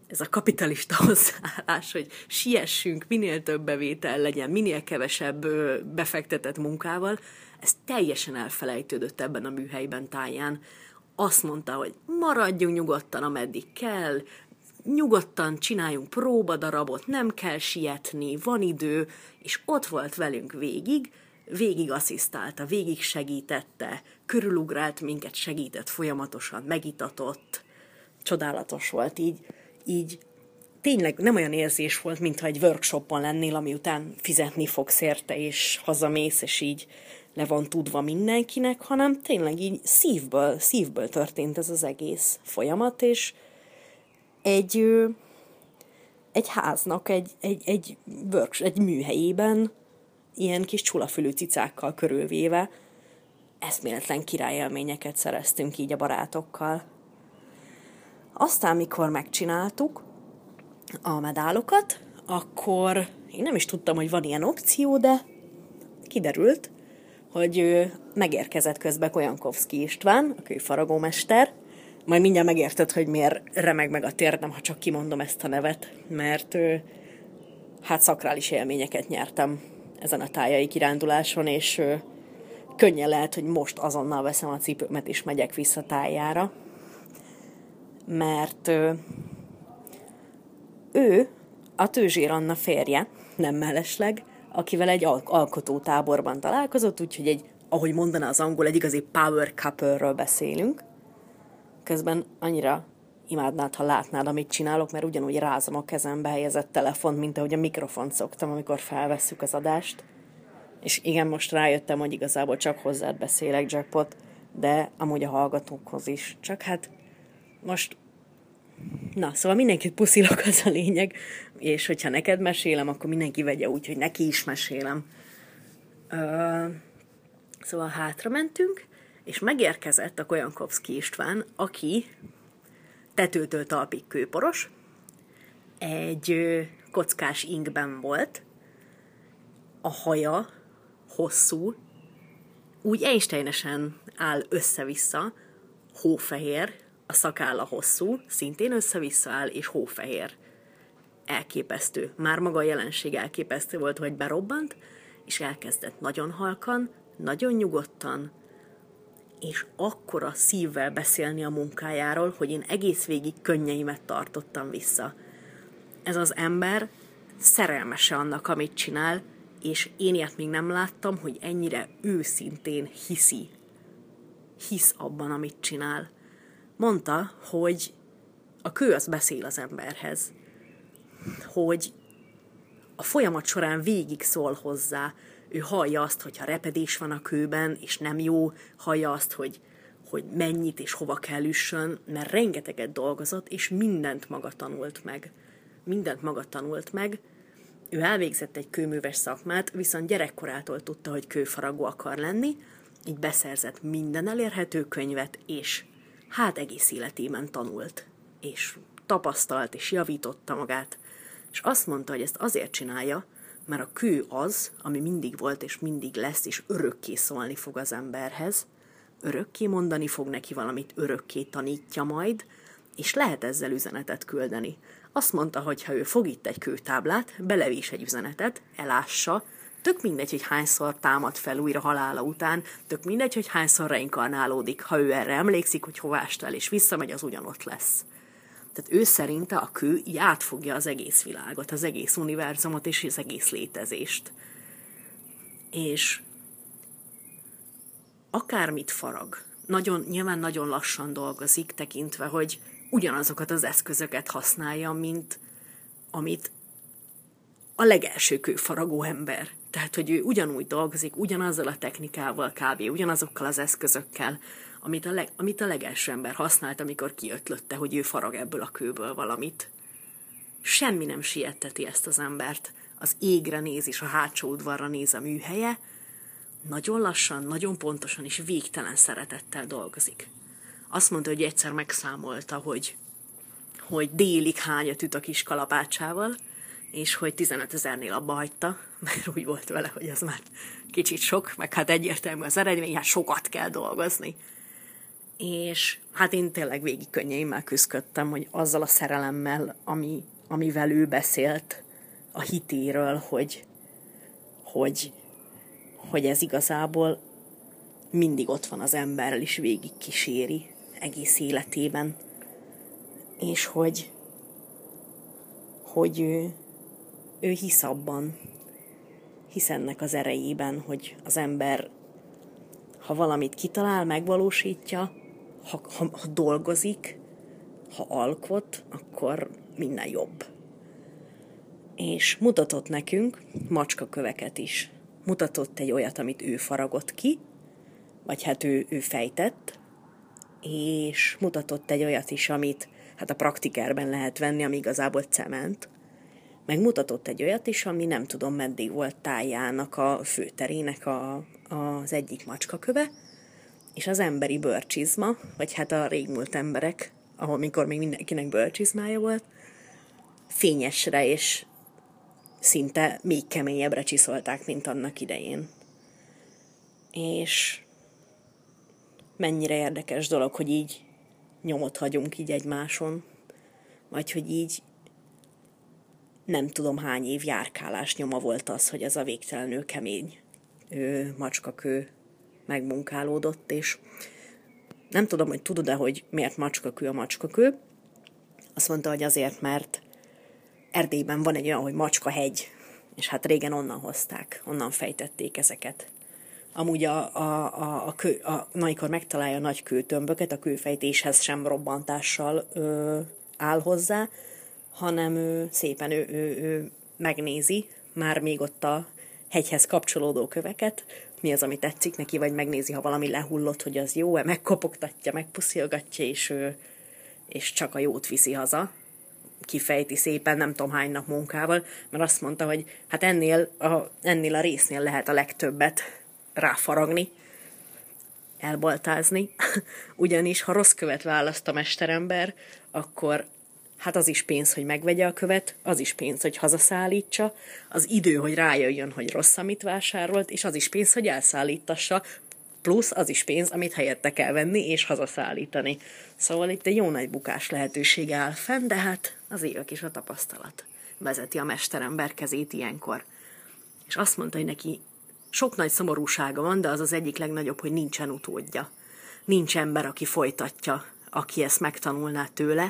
ez a kapitalista hozzáállás, hogy siessünk, minél több bevétel legyen, minél kevesebb befektetett munkával, ez teljesen elfelejtődött ebben a műhelyben táján. Azt mondta, hogy maradjunk nyugodtan, ameddig kell, nyugodtan csináljunk próbadarabot, nem kell sietni, van idő, és ott volt velünk végig, végig asszisztálta, végig segítette, körülugrált minket, segített folyamatosan, megitatott, csodálatos volt így, így tényleg nem olyan érzés volt, mintha egy workshopon lennél, ami után fizetni fogsz érte, és hazamész, és így le van tudva mindenkinek, hanem tényleg így szívből, szívből történt ez az egész folyamat, és egy, egy háznak, egy, egy, egy, workshop, egy műhelyében ilyen kis csulafülű cicákkal körülvéve eszméletlen királyélményeket szereztünk így a barátokkal. Aztán, mikor megcsináltuk a medálokat, akkor én nem is tudtam, hogy van ilyen opció, de kiderült, hogy megérkezett közben Kojankovszky István, a kőfaragómester. Majd mindjárt megérted, hogy miért remeg meg a térdem, ha csak kimondom ezt a nevet, mert hát szakrális élményeket nyertem ezen a tájai kiránduláson, és könnyen lehet, hogy most azonnal veszem a cipőmet, és megyek vissza tájára, mert ő a Tőzsér Anna férje, nem mellesleg, akivel egy al- alkotótáborban találkozott, úgyhogy egy, ahogy mondaná az angol, egy igazi power couple-ről beszélünk. Közben annyira imádnád, ha látnád, amit csinálok, mert ugyanúgy rázom a kezembe helyezett telefont, mint ahogy a mikrofont szoktam, amikor felvesszük az adást. És igen, most rájöttem, hogy igazából csak hozzád beszélek, Jackpot, de amúgy a hallgatókhoz is. Csak hát most... Na, szóval mindenkit puszilok, az a lényeg, és hogyha neked mesélem, akkor mindenki vegye úgy, hogy neki is mesélem. Uh, szóval hátra mentünk, és megérkezett a Kojankovszky István, aki tetőtől talpig kőporos, egy kockás ingben volt, a haja hosszú, úgy Einsteinesen áll össze-vissza, hófehér, a szakálla hosszú, szintén össze-vissza áll, és hófehér. Elképesztő. Már maga a jelenség elképesztő volt, hogy berobbant, és elkezdett nagyon halkan, nagyon nyugodtan, és akkora szívvel beszélni a munkájáról, hogy én egész végig könnyeimet tartottam vissza. Ez az ember szerelmese annak, amit csinál, és én ilyet még nem láttam, hogy ennyire őszintén hiszi. Hisz abban, amit csinál. Mondta, hogy a kő az beszél az emberhez, hogy a folyamat során végig szól hozzá, ő hallja azt, hogyha repedés van a kőben, és nem jó, hallja azt, hogy, hogy mennyit és hova kell üssön, mert rengeteget dolgozott, és mindent maga tanult meg. Mindent maga tanult meg. Ő elvégzett egy kőműves szakmát, viszont gyerekkorától tudta, hogy kőfaragó akar lenni, így beszerzett minden elérhető könyvet, és hát egész életében tanult, és tapasztalt, és javította magát, és azt mondta, hogy ezt azért csinálja, mert a kő az, ami mindig volt, és mindig lesz, és örökké szólni fog az emberhez, örökké mondani fog neki valamit, örökké tanítja majd, és lehet ezzel üzenetet küldeni. Azt mondta, hogy ha ő fog itt egy kőtáblát, belevés egy üzenetet, elássa, tök mindegy, hogy hányszor támad fel újra halála után, tök mindegy, hogy hányszor reinkarnálódik, ha ő erre emlékszik, hogy hová ást el, és visszamegy, az ugyanott lesz. Tehát ő szerinte a kő így átfogja az egész világot, az egész univerzumot és az egész létezést. És akármit farag, nagyon, nyilván nagyon lassan dolgozik, tekintve, hogy ugyanazokat az eszközöket használja, mint amit a legelső kőfaragó ember. Tehát, hogy ő ugyanúgy dolgozik, ugyanazzal a technikával kb. Ugyanazokkal az eszközökkel, amit a, leg, amit a legelső ember használt, amikor kiötlötte, hogy ő farag ebből a kőből valamit. Semmi nem sietteti ezt az embert. Az égre néz és a hátsó udvarra néz a műhelye, nagyon lassan, nagyon pontosan és végtelen szeretettel dolgozik. Azt mondta, hogy egyszer megszámolta, hogy, hogy délig hányat üt a kis kalapácsával, és hogy tizenötezernél abba hagyta, mert úgy volt vele, hogy az már kicsit sok, meg hát egyértelmű az eredmény, hát sokat kell dolgozni. És hát én tényleg végig könnyeimmel küzdöttem, hogy azzal a szerelemmel, ami, amivel ő beszélt a hitéről, hogy, hogy, hogy ez igazából mindig ott van az emberrel, és végig kíséri egész életében. És hogy, hogy ő, ő hisz abban, hisz ennek az erejében, hogy az ember, ha valamit kitalál, megvalósítja, ha, ha, ha dolgozik, ha alkot, akkor minden jobb. És mutatott nekünk macskaköveket is. Mutatott egy olyat, amit ő faragott ki, vagy hát ő, ő fejtett, és mutatott egy olyat is, amit hát a praktikerben lehet venni, ami igazából cement. Meg mutatott egy olyat is, ami nem tudom meddig volt tájának a főterének a, az egyik macskaköve, és az emberi bőrcsizma, vagy hát a régmúlt emberek, ahol mikor még mindenkinek bőrcsizmája volt, fényesre és szinte még keményebbre csiszolták, mint annak idején. És mennyire érdekes dolog, hogy így nyomot hagyunk így egymáson, vagy hogy így nem tudom hány év járkálás nyoma volt az, hogy ez a végtelenül kemény ő, macskakő megmunkálódott, és nem tudom, hogy tudod-e, hogy miért macskakő a macskakő. Azt mondta, hogy azért, mert Erdélyben van egy olyan, hogy Macskahegy, és hát régen onnan hozták, onnan fejtették ezeket. Amúgy a, a, a, a, kő, a amikor megtalálja a nagy kőtömböket, a kőfejtéshez sem robbantással ö, áll hozzá, hanem ő, szépen ő, ő, ő megnézi, már még ott a hegyhez kapcsolódó köveket, mi az, ami tetszik neki, vagy megnézi, ha valami lehullott, hogy az jó-e, megkopogtatja, megpuszilgatja, és, ő, és csak a jót viszi haza. Kifejti szépen, nem tudom hány nap munkával, mert azt mondta, hogy hát ennél a, ennél a résznél lehet a legtöbbet ráfaragni, elbaltázni, ugyanis ha rossz követ választ a mesterember, akkor hát az is pénz, hogy megvegye a követ, az is pénz, hogy hazaszállítsa, az idő, hogy rájöjjön, hogy rossz, amit vásárolt, és az is pénz, hogy elszállítassa, plusz az is pénz, amit helyette kell venni és hazaszállítani. Szóval itt egy jó nagy bukás lehetősége áll fenn, de hát az évek és a tapasztalat vezeti a mesterember kezét ilyenkor. És azt mondta, hogy neki sok nagy szomorúsága van, de az az egyik legnagyobb, hogy nincsen utódja. Nincs ember, aki folytatja, aki ezt megtanulná tőle.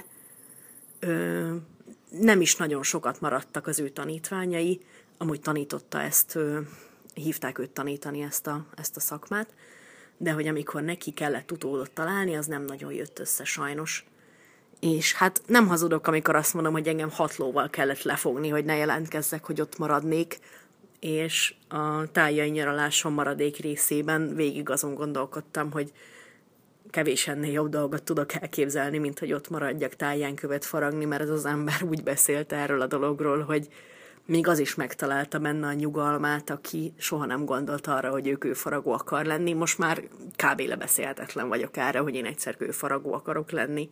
Ö, nem is nagyon sokat maradtak az ő tanítványai, amúgy tanította ezt, ö, hívták őt tanítani ezt a, ezt a szakmát, de hogy amikor neki kellett utódot találni, az nem nagyon jött össze sajnos. És hát nem hazudok, amikor azt mondom, hogy engem hat lóval kellett lefogni, hogy ne jelentkezzek, hogy ott maradnék, és a tájai nyaralásom maradék részében végig azon gondolkodtam, hogy kevés ennél jobb dolgot tudok elképzelni, mint hogy ott maradjak táján követ faragni, mert ez az ember úgy beszélt erről a dologról, hogy még az is megtalálta benne a nyugalmát, aki soha nem gondolt arra, hogy ő kőfaragó akar lenni. Most már kb. Lebeszélhetetlen vagyok erre, hogy én egyszer kőfaragó akarok lenni.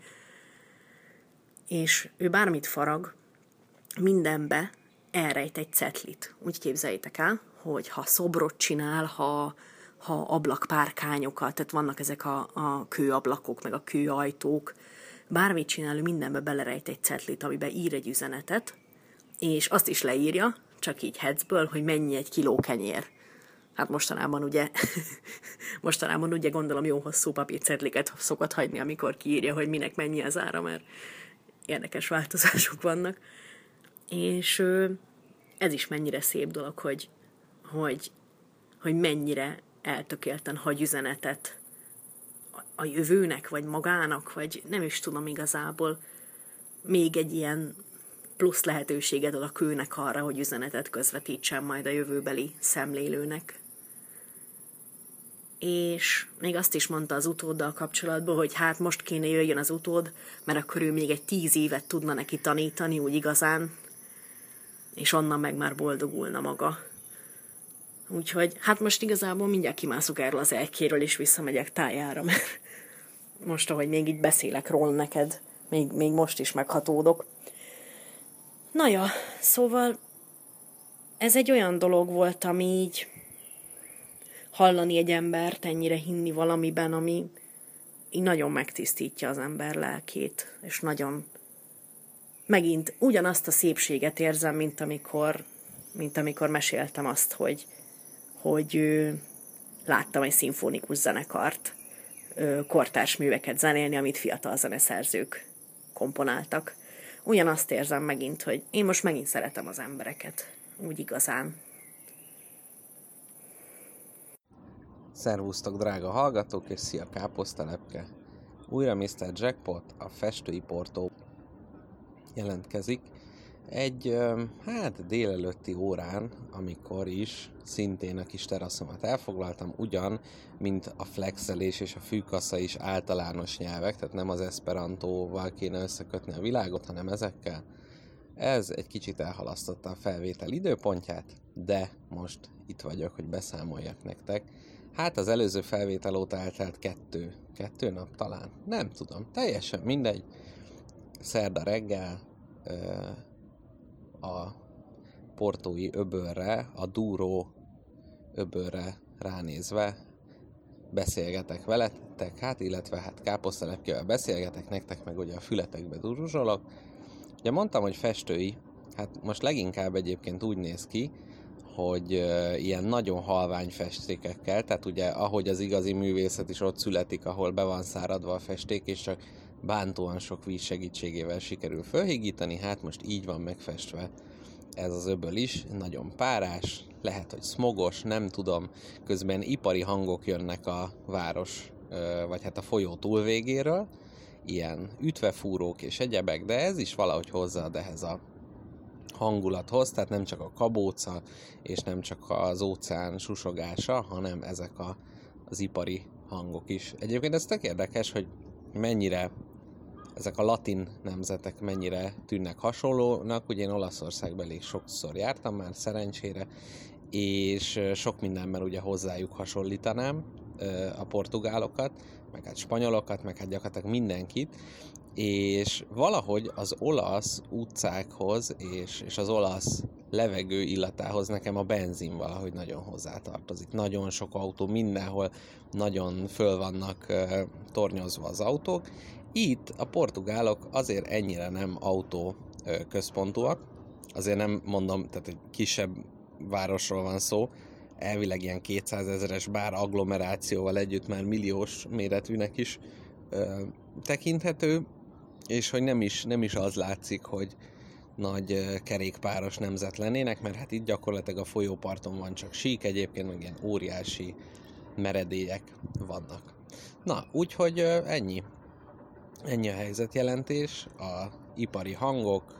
És ő bármit farag, mindenbe elrejt egy cetlit. Úgy képzeljétek el, hogy ha szobrot csinál, ha, ha ablakpárkányokat, tehát vannak ezek a, a kőablakok, meg a kőajtók, bármit csinál, ő mindenbe belerejt egy cetlit, amiben ír egy üzenetet, és azt is leírja, csak így hecből, hogy mennyi egy kiló kenyér. Hát mostanában ugye, mostanában ugye gondolom jó hosszú papírcetliket szokott hagyni, amikor kiírja, hogy minek mennyi az ára, mert érdekes változások vannak. És ez is mennyire szép dolog, hogy, hogy, hogy mennyire eltökélten hagy üzenetet a jövőnek, vagy magának, vagy nem is tudom igazából, még egy ilyen plusz lehetőséget ad a kőnek arra, hogy üzenetet közvetítsen majd a jövőbeli szemlélőnek. És még azt is mondta az utóddal kapcsolatban, hogy hát most kéne jöjjön az utód, mert akkor ő még egy tíz évet tudna neki tanítani, úgy igazán, és onnan meg már boldogulna maga. Úgyhogy hát most igazából mindjárt kimászok erről az elkéről, és visszamegyek tájára, mert most, ahogy még így beszélek róla neked, még, még most is meghatódok. Na ja, szóval ez egy olyan dolog volt, ami így hallani egy embert, ennyire hinni valamiben, ami így nagyon megtisztítja az ember lelkét, és nagyon megint ugyanazt a szépséget érzem, mint amikor, mint amikor meséltem azt, hogy, hogy ő, láttam egy szimfonikus zenekart, kortárs műveket zenélni, amit fiatal zeneszerzők komponáltak. Ugyanazt érzem megint, hogy én most megint szeretem az embereket. Úgy igazán. Szervusztok, drága hallgatók, és szia káposztelepke! Újra miszter Jackpot, a festői portó jelentkezik. Egy, hát délelőtti órán, amikor is szintén a kis teraszomat elfoglaltam, ugyan, mint a flexelés és a fűkassa is általános nyelvek, tehát nem az esperantóval kéne összekötni a világot, hanem ezekkel. Ez egy kicsit elhalasztotta a felvétel időpontját, de most itt vagyok, hogy beszámoljak nektek. Hát az előző felvétel óta eltelt kettő, kettő nap talán, nem tudom, teljesen mindegy. Szerda reggel a portói öbölre, a Douro öbölre ránézve beszélgetek veletek, hát illetve hát káposztelepkével beszélgetek, nektek meg ugye a fületekbe duruzsolok. Ugye mondtam, hogy festői, hát most leginkább egyébként úgy néz ki, hogy uh, ilyen nagyon halvány festékekkel, tehát ugye ahogy az igazi művészet is ott születik, ahol be van száradva a festék, és csak bántóan sok víz segítségével sikerül fölhigítani, hát most így van megfestve ez az öböl is, nagyon párás, lehet, hogy szmogos, nem tudom, közben ipari hangok jönnek a város, vagy hát a folyó túlvégéről, ilyen ütvefúrók és egyebek, de ez is valahogy hozzáad ehhez a hangulathoz, tehát nem csak a kabóca, és nem csak az óceán susogása, hanem ezek a, az ipari hangok is. Egyébként ez tök érdekes, hogy mennyire ezek a latin nemzetek mennyire tűnnek hasonlónak, ugye én Olaszországban elég sokszor jártam már szerencsére, és sok mindenben ugye hozzájuk hasonlítanám a portugálokat, meg hát spanyolokat, meg hát gyakorlatilag mindenkit, és valahogy az olasz utcákhoz és, és az olasz levegő illatához nekem a benzin valahogy nagyon hozzátartozik. Nagyon sok autó, mindenhol nagyon föl vannak uh, tornyozva az autók. Itt a portugálok azért ennyire nem autó uh, központúak, azért nem mondom, tehát egy kisebb városról van szó, elvileg ilyen kétszázezeres bár agglomerációval együtt már milliós méretűnek is uh, tekinthető, és hogy nem is, nem is az látszik, hogy nagy kerékpáros nemzet lennének, mert hát itt gyakorlatilag a folyóparton van csak sík, egyébként meg ilyen óriási meredélyek vannak. Na, úgyhogy ennyi. Ennyi a helyzetjelentés, a ipari hangok,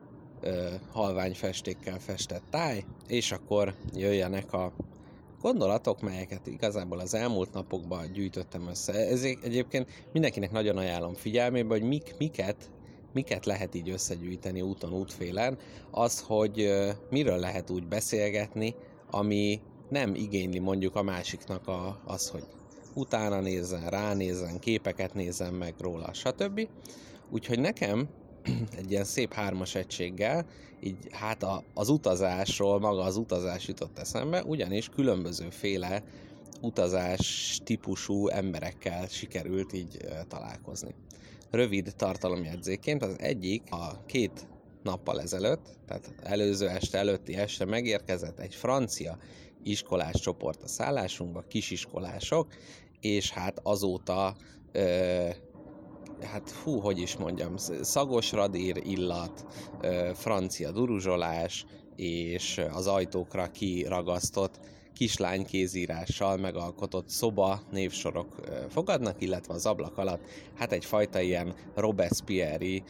halvány festékkel festett táj, és akkor jöjjenek a gondolatok, melyeket igazából az elmúlt napokban gyűjtöttem össze. Ezért egyébként mindenkinek nagyon ajánlom figyelmébe, hogy mik, miket, miket lehet így összegyűjteni úton, útfélen. Az, hogy uh, miről lehet úgy beszélgetni, ami nem igényli mondjuk a másiknak a, az, hogy utána nézzen, ránézzen, képeket nézzen meg róla, stb. Úgyhogy nekem egy ilyen szép hármas egységgel, így hát a, az utazásról, maga az utazás jutott eszembe, ugyanis különbözőféle utazás típusú emberekkel sikerült így e, találkozni. Rövid tartalomjegyzéként az egyik a két nappal ezelőtt, tehát előző este, előtti este megérkezett egy francia iskolás csoport a szállásunkba, kisiskolások, és hát azóta e, hát fú, hogy is mondjam, szagos radír illat, francia duruzsolás, és az ajtókra kiragasztott kislány kézírással megalkotott szoba névsorok fogadnak, illetve az ablak alatt hát egyfajta ilyen Robespierre-i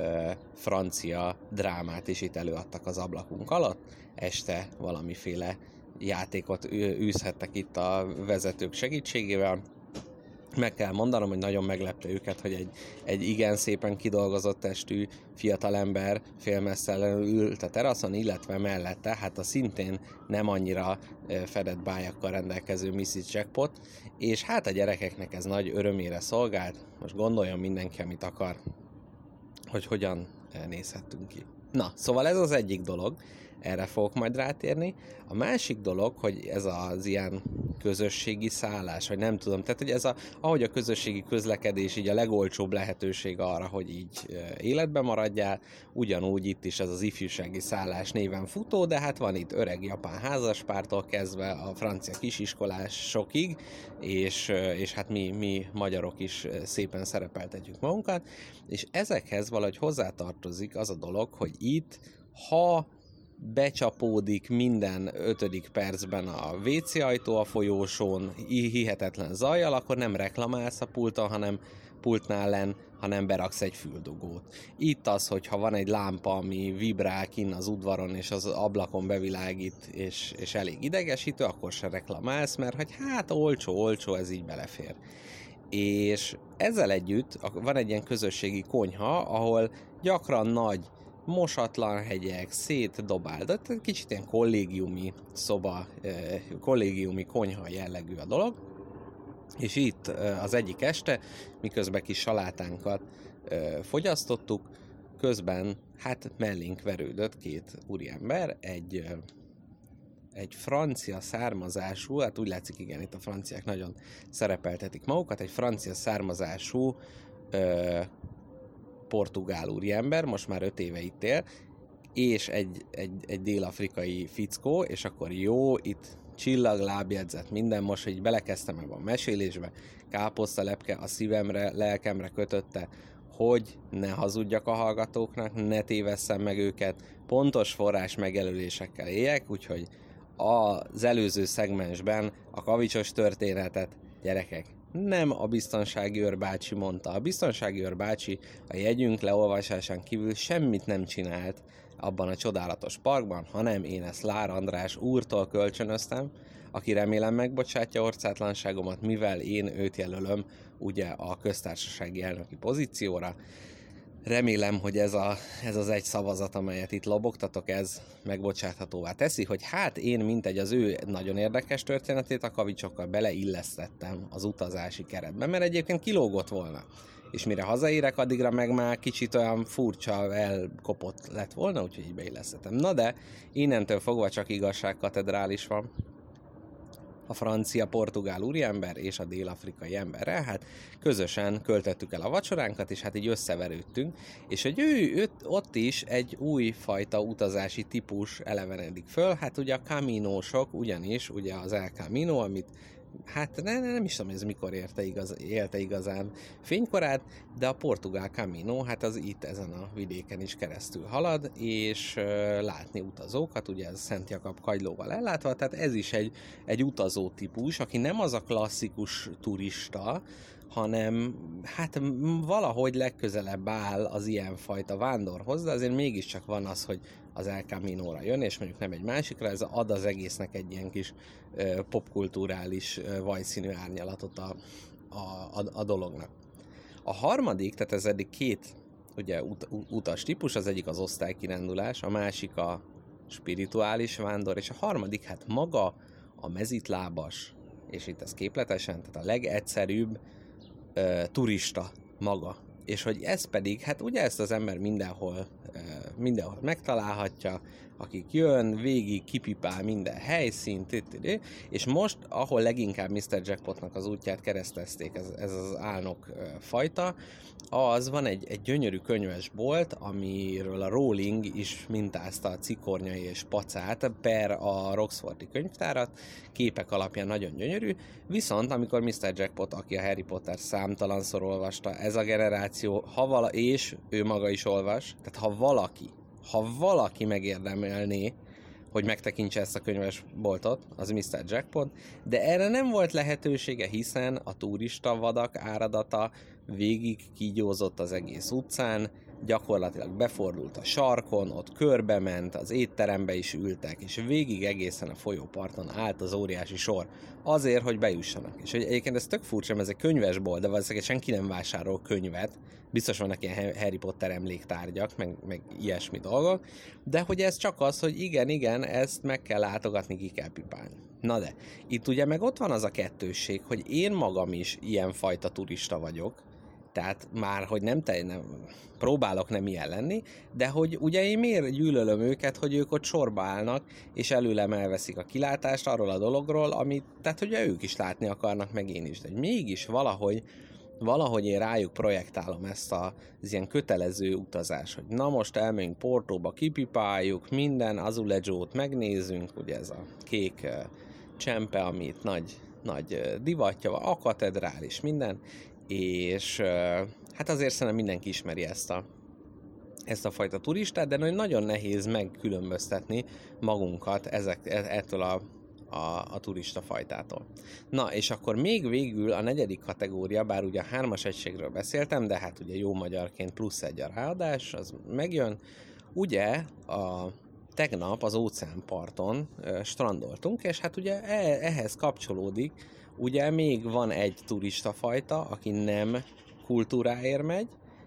francia drámát is itt előadtak az ablakunk alatt. Este valamiféle játékot űzhettek itt a vezetők segítségével. Meg kell mondanom, hogy nagyon meglepte őket, hogy egy, egy igen szépen kidolgozott testű fiatalember félmeztelenül ült a teraszon, illetve mellette, hát a szintén nem annyira fedett bájakkal rendelkező missziz Jackpot, és hát a gyerekeknek ez nagy örömére szolgált. Most gondoljon mindenki, amit akar, hogy hogyan nézhettünk ki. Na, szóval ez az egyik dolog. erre fogok majd rátérni. A másik dolog, hogy ez az ilyen közösségi szállás, vagy nem tudom, tehát hogy ez a, ahogy a közösségi közlekedés így a legolcsóbb lehetőség arra, hogy így életben maradjál, ugyanúgy itt is ez az ifjúsági szállás néven futó, de hát van itt öreg japán házaspártól kezdve a francia kisiskolásokig, és, és hát mi, mi magyarok is szépen szerepeltetjük magunkat, és ezekhez valahogy hozzátartozik az a dolog, hogy itt, ha becsapódik minden ötödik percben a vé cé ajtó a folyósón hihetetlen zajjal, akkor nem reklamálsz a pulton, hanem pultnál len, hanem beraksz egy füldugót. Itt az, hogyha van egy lámpa, ami vibrál kinn az udvaron, és az ablakon bevilágít, és, és elég idegesítő, akkor se reklamálsz, mert hogy hát olcsó, olcsó, ez így belefér. És ezzel együtt van egy ilyen közösségi konyha, ahol gyakran nagy mosatlan hegyek, szétdobáldat, kicsit ilyen kollégiumi szoba, kollégiumi konyha jellegű a dolog, és itt az egyik este, miközben kis salátánkat fogyasztottuk, közben hát mellénk verődött két úriember, egy, egy francia származású, hát úgy látszik, igen, itt a franciák nagyon szerepeltetik magukat, egy francia származású portugál úriember, most már öt éve itt él, és egy, egy, egy dél-afrikai fickó, és akkor jó, itt csillag, lábjegyzet, minden, most, hogy belekezdtem ebben a mesélésbe, káposztalepke a szívemre, lelkemre kötötte, hogy ne hazudjak a hallgatóknak, ne tévesszem meg őket, pontos forrás megjelölésekkel éljek, úgyhogy az előző szegmensben a kavicsos történetet, gyerekek, nem a biztonsági őrbácsi mondta. A biztonsági őrbácsi a jegyünk leolvasásán kívül semmit nem csinált abban a csodálatos parkban, hanem én ezt Lár András úrtól kölcsönöztem, aki remélem megbocsátja orcátlanságomat, mivel én őt jelölöm ugye a köztársasági elnöki pozícióra. Remélem, hogy ez, a, ez az egy szavazat, amelyet itt lobogtatok, ez megbocsáthatóvá teszi, hogy hát én mintegy az ő nagyon érdekes történetét a kavicsokkal beleillesztettem az utazási keretbe, mert egyébként kilógott volna. És mire hazaérek, addigra meg már kicsit olyan furcsa, elkopott lett volna, úgyhogy így beillesztettem. Na de, innentől fogva csak igazságkatedrális van. A francia-portugál úriember és a dél-afrikai emberrel, hát közösen költöttük el a vacsoránkat, és hát így összeverődtünk, és hogy ő, ő ott is egy új fajta utazási típus elevenedik föl, hát ugye a Caminósok, ugyanis ugye az El Camino, amit hát nem, nem is tudom, ez mikor érte igaz, élte igazán fénykorát, de a portugál Camino, hát az itt ezen a vidéken is keresztül halad, és uh, látni utazókat, ugye ez Szent Jakab kagylóval ellátva, tehát ez is egy, egy utazó típus, aki nem az a klasszikus turista, hanem hát valahogy legközelebb áll az ilyenfajta vándorhoz, de azért mégiscsak van az, hogy az El Caminóra jön, és mondjuk nem egy másikra, ez ad az egésznek egy ilyen kis ö, popkulturális ö, vajszínű árnyalatot a, a, a, a dolognak. A harmadik, tehát ez eddig két ugye, ut, utas típus, az egyik az osztálykirándulás, a másik a spirituális vándor, és a harmadik hát maga a mezitlábas, és itt ez képletesen, tehát a legegyszerűbb ö, turista maga. És hogy ez pedig, hát ugye ezt az ember mindenhol, mindenhol megtalálhatja, akik jön, végig kipipál minden helyszínt, és most, ahol leginkább miszter Jackpotnak az útját keresztezték, ez, ez az álnok fajta, az van egy, egy gyönyörű könyvesbolt, amiről a Rowling is mintázta a Cikornyai és Pacát per a Roxfordi könyvtárat, képek alapján nagyon gyönyörű, viszont amikor miszter Jackpot, aki a Harry Potter számtalanszor olvasta, ez a generáció, ha vala, és ő maga is olvas, tehát ha valaki, ha valaki megérdemelné, hogy megtekintse ezt a könyvesboltot, az miszter Jackpot, de erre nem volt lehetősége, hiszen a turista vadak áradata végig kígyózott az egész utcán, gyakorlatilag befordult a sarkon, ott körbe ment, az étterembe is ültek, és végig egészen a folyóparton állt az óriási sor. Azért, hogy bejussanak. És hogy egyébként ez tök furcsa, mert ez egy könyvesbolt, de valószínűleg senki nem vásárol könyvet, biztos vannak ilyen Harry Potter emléktárgyak, meg, meg ilyesmi dolgok, de hogy ez csak az, hogy igen, igen, ezt meg kell látogatni, ki kell pipálni. Na de, itt ugye meg ott van az a kettősség, hogy én magam is ilyenfajta turista vagyok, Tehát már, hogy nem, te, nem próbálok nem ilyen lenni, de hogy ugye én miért gyűlölöm őket, hogy ők ott sorba állnak, és előlem elveszik a kilátást arról a dologról, amit, tehát hogy ők is látni akarnak, meg én is. De mégis valahogy, valahogy én rájuk projektálom ezt a, az ilyen kötelező utazás, hogy na most elmegyünk Portóba, kipipáljuk, minden Azulejót megnézzünk, ugye ez a kék uh, csempe, amit nagy, nagy uh, divatja van, a katedrális, minden, és uh, hát azért szerintem mindenki ismeri ezt a, ezt a fajta turistát, de nagyon nehéz megkülönböztetni magunkat ezek, ettől a, a, a turista fajtától. Na, és akkor még végül a negyedik kategória, bár ugye a hármas egységről beszéltem, de hát ugye jó magyarként plusz egy a ráadás, az megjön. Ugye a tegnap az óceánparton uh, strandoltunk, és hát ugye ehhez kapcsolódik, ugye még van egy turista fajta, aki nem kultúráért megy,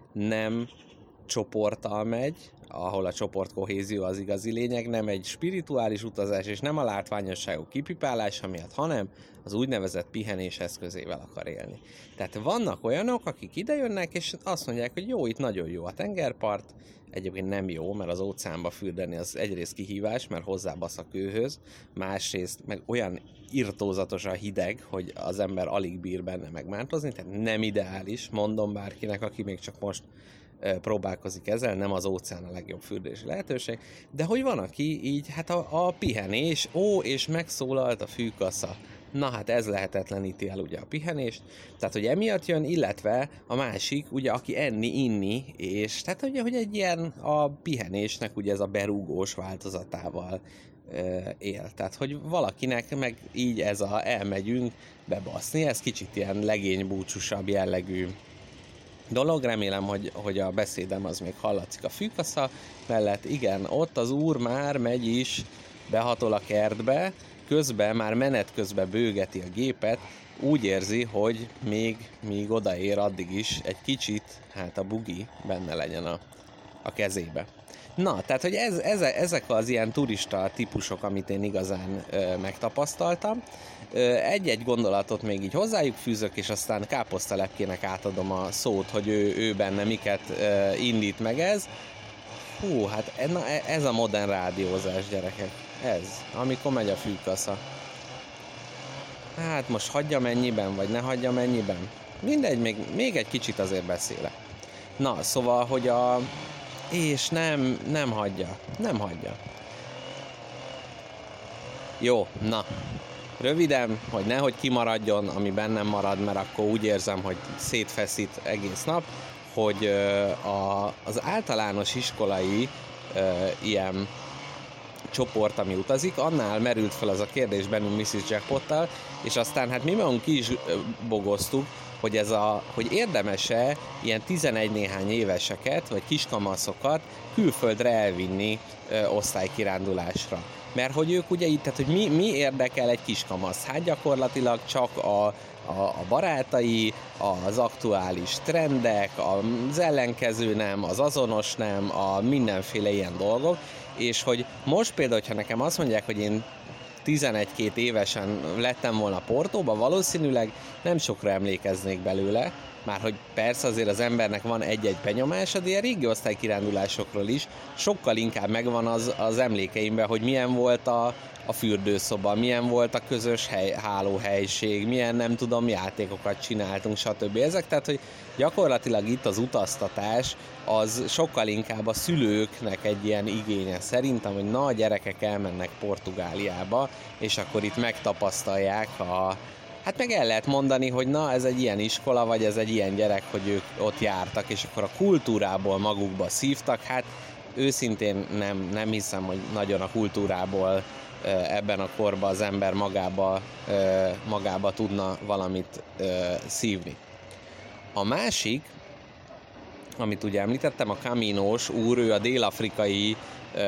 nem csoporttal megy, ahol a csoportkohézió az igazi lényeg, nem egy spirituális utazás, és nem a látványosságok kipipálása miatt, hanem az úgynevezett pihenés eszközével akar élni. Tehát vannak olyanok, akik idejönnek, és azt mondják, hogy jó, itt nagyon jó a tengerpart, egyébként nem jó, mert az óceánba fürdeni az egyrészt kihívás, mert hozzábasz a kőhöz, másrészt meg olyan irtózatos a hideg, hogy az ember alig bír benne megmántozni, tehát nem ideális, mondom bárkinek, aki még csak most e, próbálkozik ezzel, nem az óceán a legjobb fürdési lehetőség, de hogy van, aki így, hát a, a pihenés, ó, és megszólalt a fűkasza. Na hát ez lehetetleníti el ugye a pihenést, tehát hogy emiatt jön, illetve a másik, ugye aki enni, inni, és tehát ugye, hogy egy ilyen a pihenésnek ugye ez a berúgós változatával e, él. Tehát, hogy valakinek meg így ez a elmegyünk bebaszni, ez kicsit ilyen legénybúcsúsabb jellegű dolog, remélem, hogy, hogy a beszédem az még hallatszik a fűkasza mellett. Igen, ott az úr már megy is, behatol a kertbe, közben, már menet közben bőgeti a gépet, úgy érzi, hogy még míg odaér, addig is egy kicsit, hát a bugi benne legyen a, a kezébe. Na, tehát, hogy ez, ez, ezek az ilyen turista típusok, amit én igazán ö, megtapasztaltam. Ö, egy-egy gondolatot még így hozzájuk fűzök, és aztán káposztalepkének átadom a szót, hogy ő, ő benne miket ö, indít meg ez. Hú, hát na, ez a modern rádiózás, gyerekek. Ez, amikor megy a fűkasza. Hát most hagyjam ennyiben, vagy ne hagyjam ennyiben. Mindegy, még, még egy kicsit azért beszélek. Na, szóval, hogy a... És nem, nem hagyja. Nem hagyja. Jó, na. Röviden, hogy nehogy kimaradjon, ami bennem marad, mert akkor úgy érzem, hogy szétfeszít egész nap, hogy a, az általános iskolai ilyen csoport, ami utazik, annál merült fel az a kérdés bennünk missziz Jackpottal, és aztán hát mi magunk ki is bogoztuk, hogy, ez a, hogy érdemes-e ilyen tizenegy néhány éveseket, vagy kiskamaszokat külföldre elvinni ö, osztálykirándulásra. Mert hogy ők ugye itt, tehát hogy mi, mi érdekel egy kiskamasz? Hát gyakorlatilag csak a, a, a barátai, az aktuális trendek, az ellenkező nem, az azonos nem, a mindenféle ilyen dolgok, és hogy most például, hogyha nekem azt mondják, hogy én tizenegy-két évesen lettem volna Portóba, valószínűleg nem sokra emlékeznék belőle, már hogy persze azért az embernek van egy-egy benyomása, de a régi osztálykirándulásokról is sokkal inkább megvan az, az emlékeimben, hogy milyen volt a, a fürdőszoba, milyen volt a közös hely, hálóhelység, milyen nem tudom játékokat csináltunk, stb. Ezek, tehát hogy gyakorlatilag itt az utaztatás az sokkal inkább a szülőknek egy ilyen igénye szerintem, hogy na, a gyerekek elmennek Portugáliába, és akkor itt megtapasztalják a... Hát meg el lehet mondani, hogy na, ez egy ilyen iskola, vagy ez egy ilyen gyerek, hogy ők ott jártak, és akkor a kultúrából magukba szívtak. Hát őszintén nem, nem hiszem, hogy nagyon a kultúrából ebben a korban az ember magába, magába tudna valamit szívni. A másik, amit ugye említettem, a Caminós úr, ő a dél-afrikai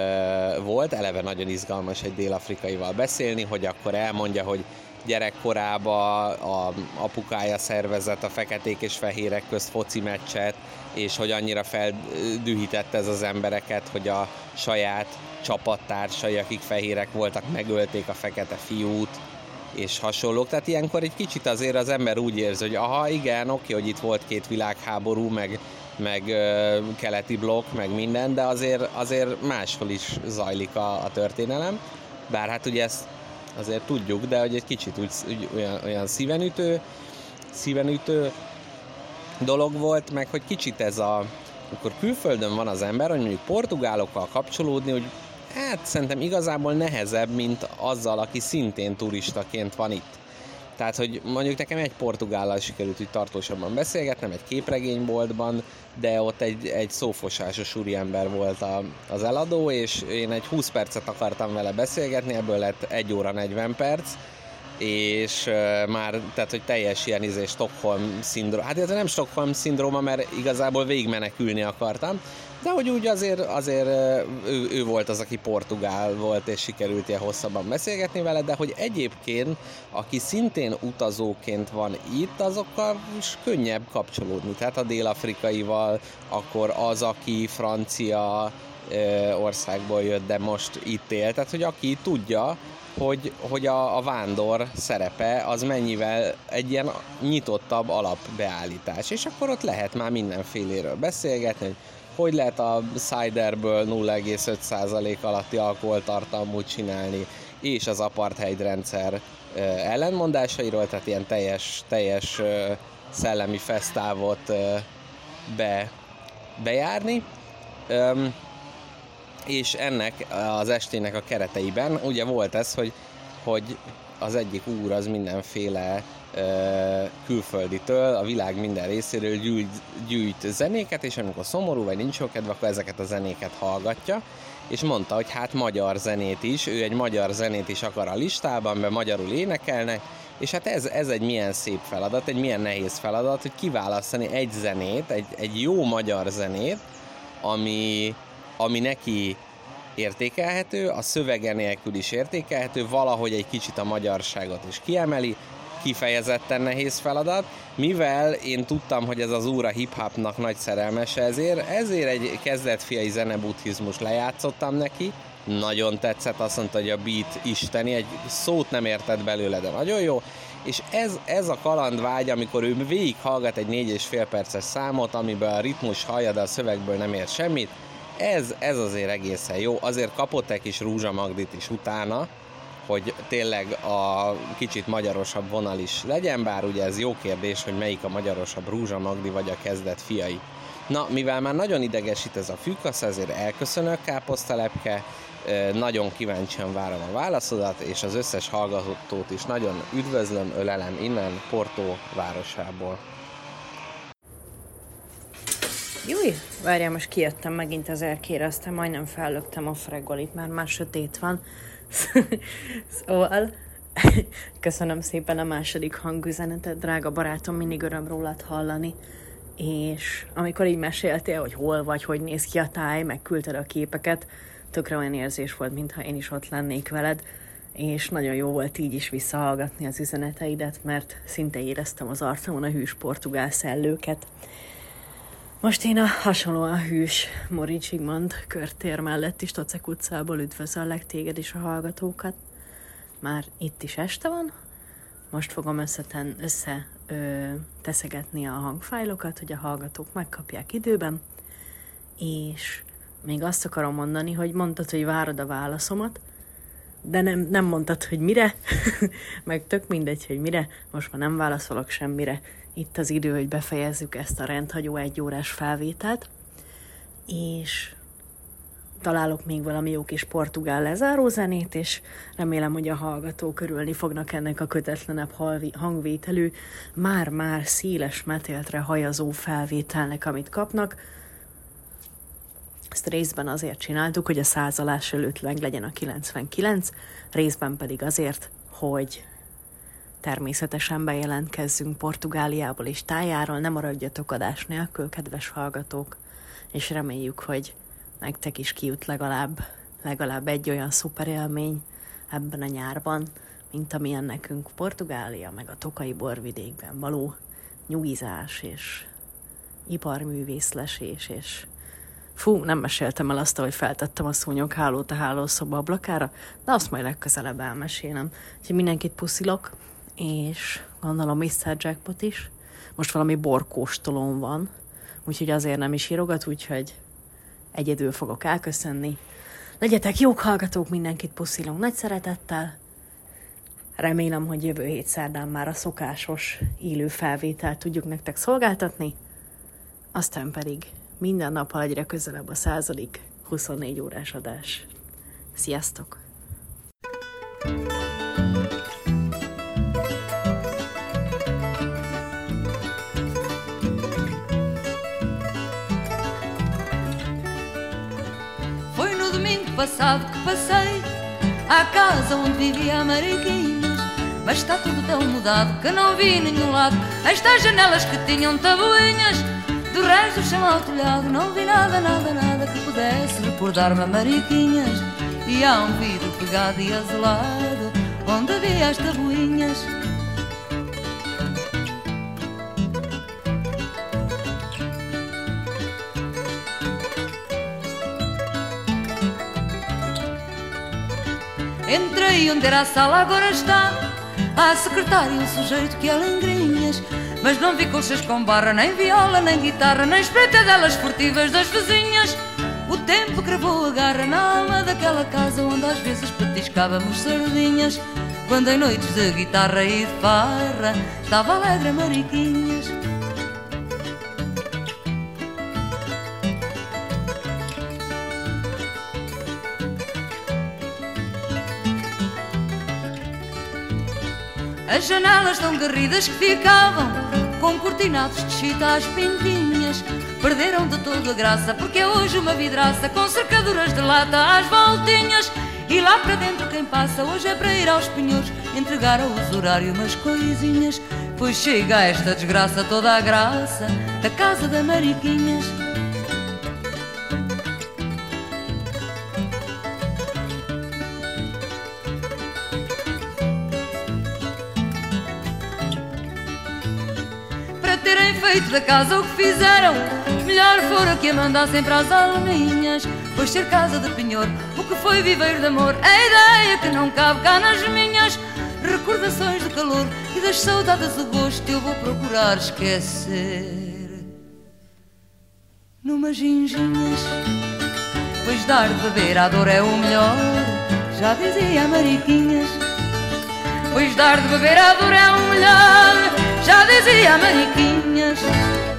volt, eleve nagyon izgalmas egy dél-afrikaival beszélni, hogy akkor elmondja, hogy gyerekkorában a apukája szervezett a feketék és fehérek közt foci meccset, és hogy annyira feldühítette ez az embereket, hogy a saját csapattársai, akik fehérek voltak, megölték a fekete fiút, és hasonlók. Tehát ilyenkor egy kicsit azért az ember úgy érzi, hogy aha, igen, oké, hogy itt volt két világháború, meg, meg ö, keleti blokk, meg minden, de azért, azért máshol is zajlik a, a történelem. Bár hát ugye ezt azért tudjuk, de hogy egy kicsit úgy, úgy, olyan, olyan szívenütő, szívenütő dolog volt, meg hogy kicsit ez a, amikor külföldön van az ember, hogy mondjuk portugálokkal kapcsolódni, hogy hát szerintem igazából nehezebb, mint azzal, aki szintén turistaként van itt. Tehát, hogy mondjuk nekem egy portugállal sikerült úgy tartósabban beszélgetnem, egy képregényboltban, de ott egy, egy szófosásos úriember volt a, az eladó, és én egy húsz percet akartam vele beszélgetni, ebből lett egy óra negyven perc, és uh, már, tehát, hogy teljes ilyen izé Stockholm szindróma, hát ez nem Stockholm szindróma, mert igazából végigmenekülni akartam, de hogy úgy azért, azért ő, ő volt az, aki portugál volt, és sikerült ilyen hosszabban beszélgetni vele, de hogy egyébként, aki szintén utazóként van itt, azokkal is könnyebb kapcsolódni. Tehát a dél-afrikaival, akkor az, aki francia ö, országból jött, de most itt él. Tehát, hogy aki tudja, hogy, hogy a, a vándor szerepe az mennyivel egy ilyen nyitottabb alapbeállítás. És akkor ott lehet már mindenféléről beszélgetni, hogy hogy lehet a ciderből nulla egész öt százalék alatti alkoholtartalmút csinálni, és az apartheid rendszer ellenmondásairól, tehát ilyen teljes, teljes szellemi fesztávot be, bejárni. És ennek az estének a kereteiben ugye volt ez, hogy, hogy az egyik úr az mindenféle külfölditől, a világ minden részéről gyűjt, gyűjt zenéket, és amikor szomorú vagy nincs jó kedve, akkor ezeket a zenéket hallgatja, és mondta, hogy hát magyar zenét is, ő egy magyar zenét is akar a listában, mert magyarul énekelnek, és hát ez, ez egy milyen szép feladat, egy milyen nehéz feladat, hogy kiválasztani egy zenét, egy, egy jó magyar zenét, ami, ami neki értékelhető, a szövege nélkül is értékelhető, valahogy egy kicsit a magyarságot is kiemeli, kifejezetten nehéz feladat, mivel én tudtam, hogy ez az úr a hip-hopnak nagy szerelmese, ezért, ezért egy kezdetfiai zenebuddhizmus lejátszottam neki, nagyon tetszett, azt mondta, hogy a beat isteni, egy szót nem értett belőle, de nagyon jó, és ez, ez a kalandvágy, amikor ő végig hallgat egy négy és fél perces számot, amiben a ritmus hallja, de a szövegből nem ért semmit, ez, ez azért egészen jó, azért kapott egy kis Rúzsa Magdit is utána, hogy tényleg a kicsit magyarosabb vonal is legyen, bár ugye ez jó kérdés, hogy melyik a magyarosabb, Rúzsa Magdi vagy a kezdet fiai. Na, mivel már nagyon idegesít ez a fűkasz, ezért elköszönök, káposztalepke, nagyon kíváncsian várom a válaszodat, és az összes hallgatót is nagyon üdvözlöm, ölelem innen, Porto városából. Júj, várjál, most kijöttem megint az erkére, aztán majdnem fellöktem a fregolit, már már sötét van. Szóval köszönöm szépen a második hangüzenetet, drága barátom, mindig öröm rólad hallani, és amikor így meséltél, hogy hol vagy, hogy néz ki a táj, meg küldted a képeket, tökre olyan érzés volt, mintha én is ott lennék veled, és nagyon jó volt így is visszahallgatni az üzeneteidet, mert szinte éreztem az arcomon a hűs portugál szellőket. Most én a hasonlóan hűs Mori Zsigmond körtér melletti Stocek utcából üdvözöllek téged és a hallgatókat. Már itt is este van, most fogom összeten, össze ö, teszegetni a hangfájlokat, hogy a hallgatók megkapják időben, és még azt akarom mondani, hogy mondtad, hogy várod a válaszomat, de nem, nem mondtad, hogy mire, meg tök mindegy, hogy mire, most már nem válaszolok semmire. Itt az idő, hogy befejezzük ezt a rendhagyó egyórás felvételt, és találok még valami jó kis portugál lezáró zenét, és remélem, hogy a hallgatók örülni fognak ennek a kötetlenebb hangvételű, már-már széles metéltre hajazó felvételnek, amit kapnak. Ezt részben azért csináltuk, hogy a százalás előtt meg legyen a kilencvenkilenc, részben pedig azért, hogy természetesen bejelentkezzünk Portugáliából és tájáról, ne maradjatok adás nélkül, kedves hallgatók, és reméljük, hogy nektek is kijut legalább, legalább egy olyan szuper élmény ebben a nyárban, mint amilyen nekünk Portugália, meg a Tokaji borvidékben való nyugizás és iparművészlesés és Fú, nem meséltem el azt, hogy feltettem a szúnyoghálót a hálószoba ablakára, de azt majd legközelebb elmesélem. Úgyhogy mindenkit puszilok, és gondolom miszter Jackpot is. Most valami borkóstolón van, úgyhogy azért nem is írogat, úgyhogy egyedül fogok elköszönni. Legyetek jók hallgatók, mindenkit puszilunk nagy szeretettel. Remélem, hogy jövő hét szerdán már a szokásos élő felvételt tudjuk nektek szolgáltatni. Aztán pedig minden nappal egyre közelebb a századik huszonnégy órás adás. Sziasztok! Foi no domingo passado que passei à casa onde vivia a Mariquinhas, mas está tudo tão mudado que não vi nenhum lado estas janelas que tinham tabuinhas. Do resto do chão ao telhado não vi nada, nada, nada que pudesse recordar-me a Mariquinhas. E há um vidro pegado e azulado onde havia as tabuinhas. Entrei onde era a sala, agora está a secretária, um sujeito que é lengrinhas. Mas não vi colchas com barra, nem viola, nem guitarra, nem espreitadelas furtivas das vizinhas. O tempo cravou a garra na alma daquela casa onde às vezes petiscávamos sardinhas, quando em noites de guitarra e de farra estava alegre a Mariquinhas. As janelas tão garridas que ficavam com cortinados de chita às pintinhas perderam de toda a graça, porque é hoje uma vidraça com cercaduras de lata às voltinhas. E lá para dentro quem passa hoje é para ir aos penhores entregar ao usurário umas coisinhas, pois chega a esta desgraça toda a graça da casa da Mariquinhas. Terem feito da casa o que fizeram, melhor fora que a mandassem para as alminhas, pois ser casa de penhor, o que foi viveiro de amor, é ideia que não cabe cá nas minhas recordações de calor e das saudades do gosto. Eu vou procurar esquecer numas ginginhas, pois dar de beber à dor é o melhor, já dizia a Mariquinhas. Pois dar de beber à dor é o melhor, já dizia a Mariquinhas.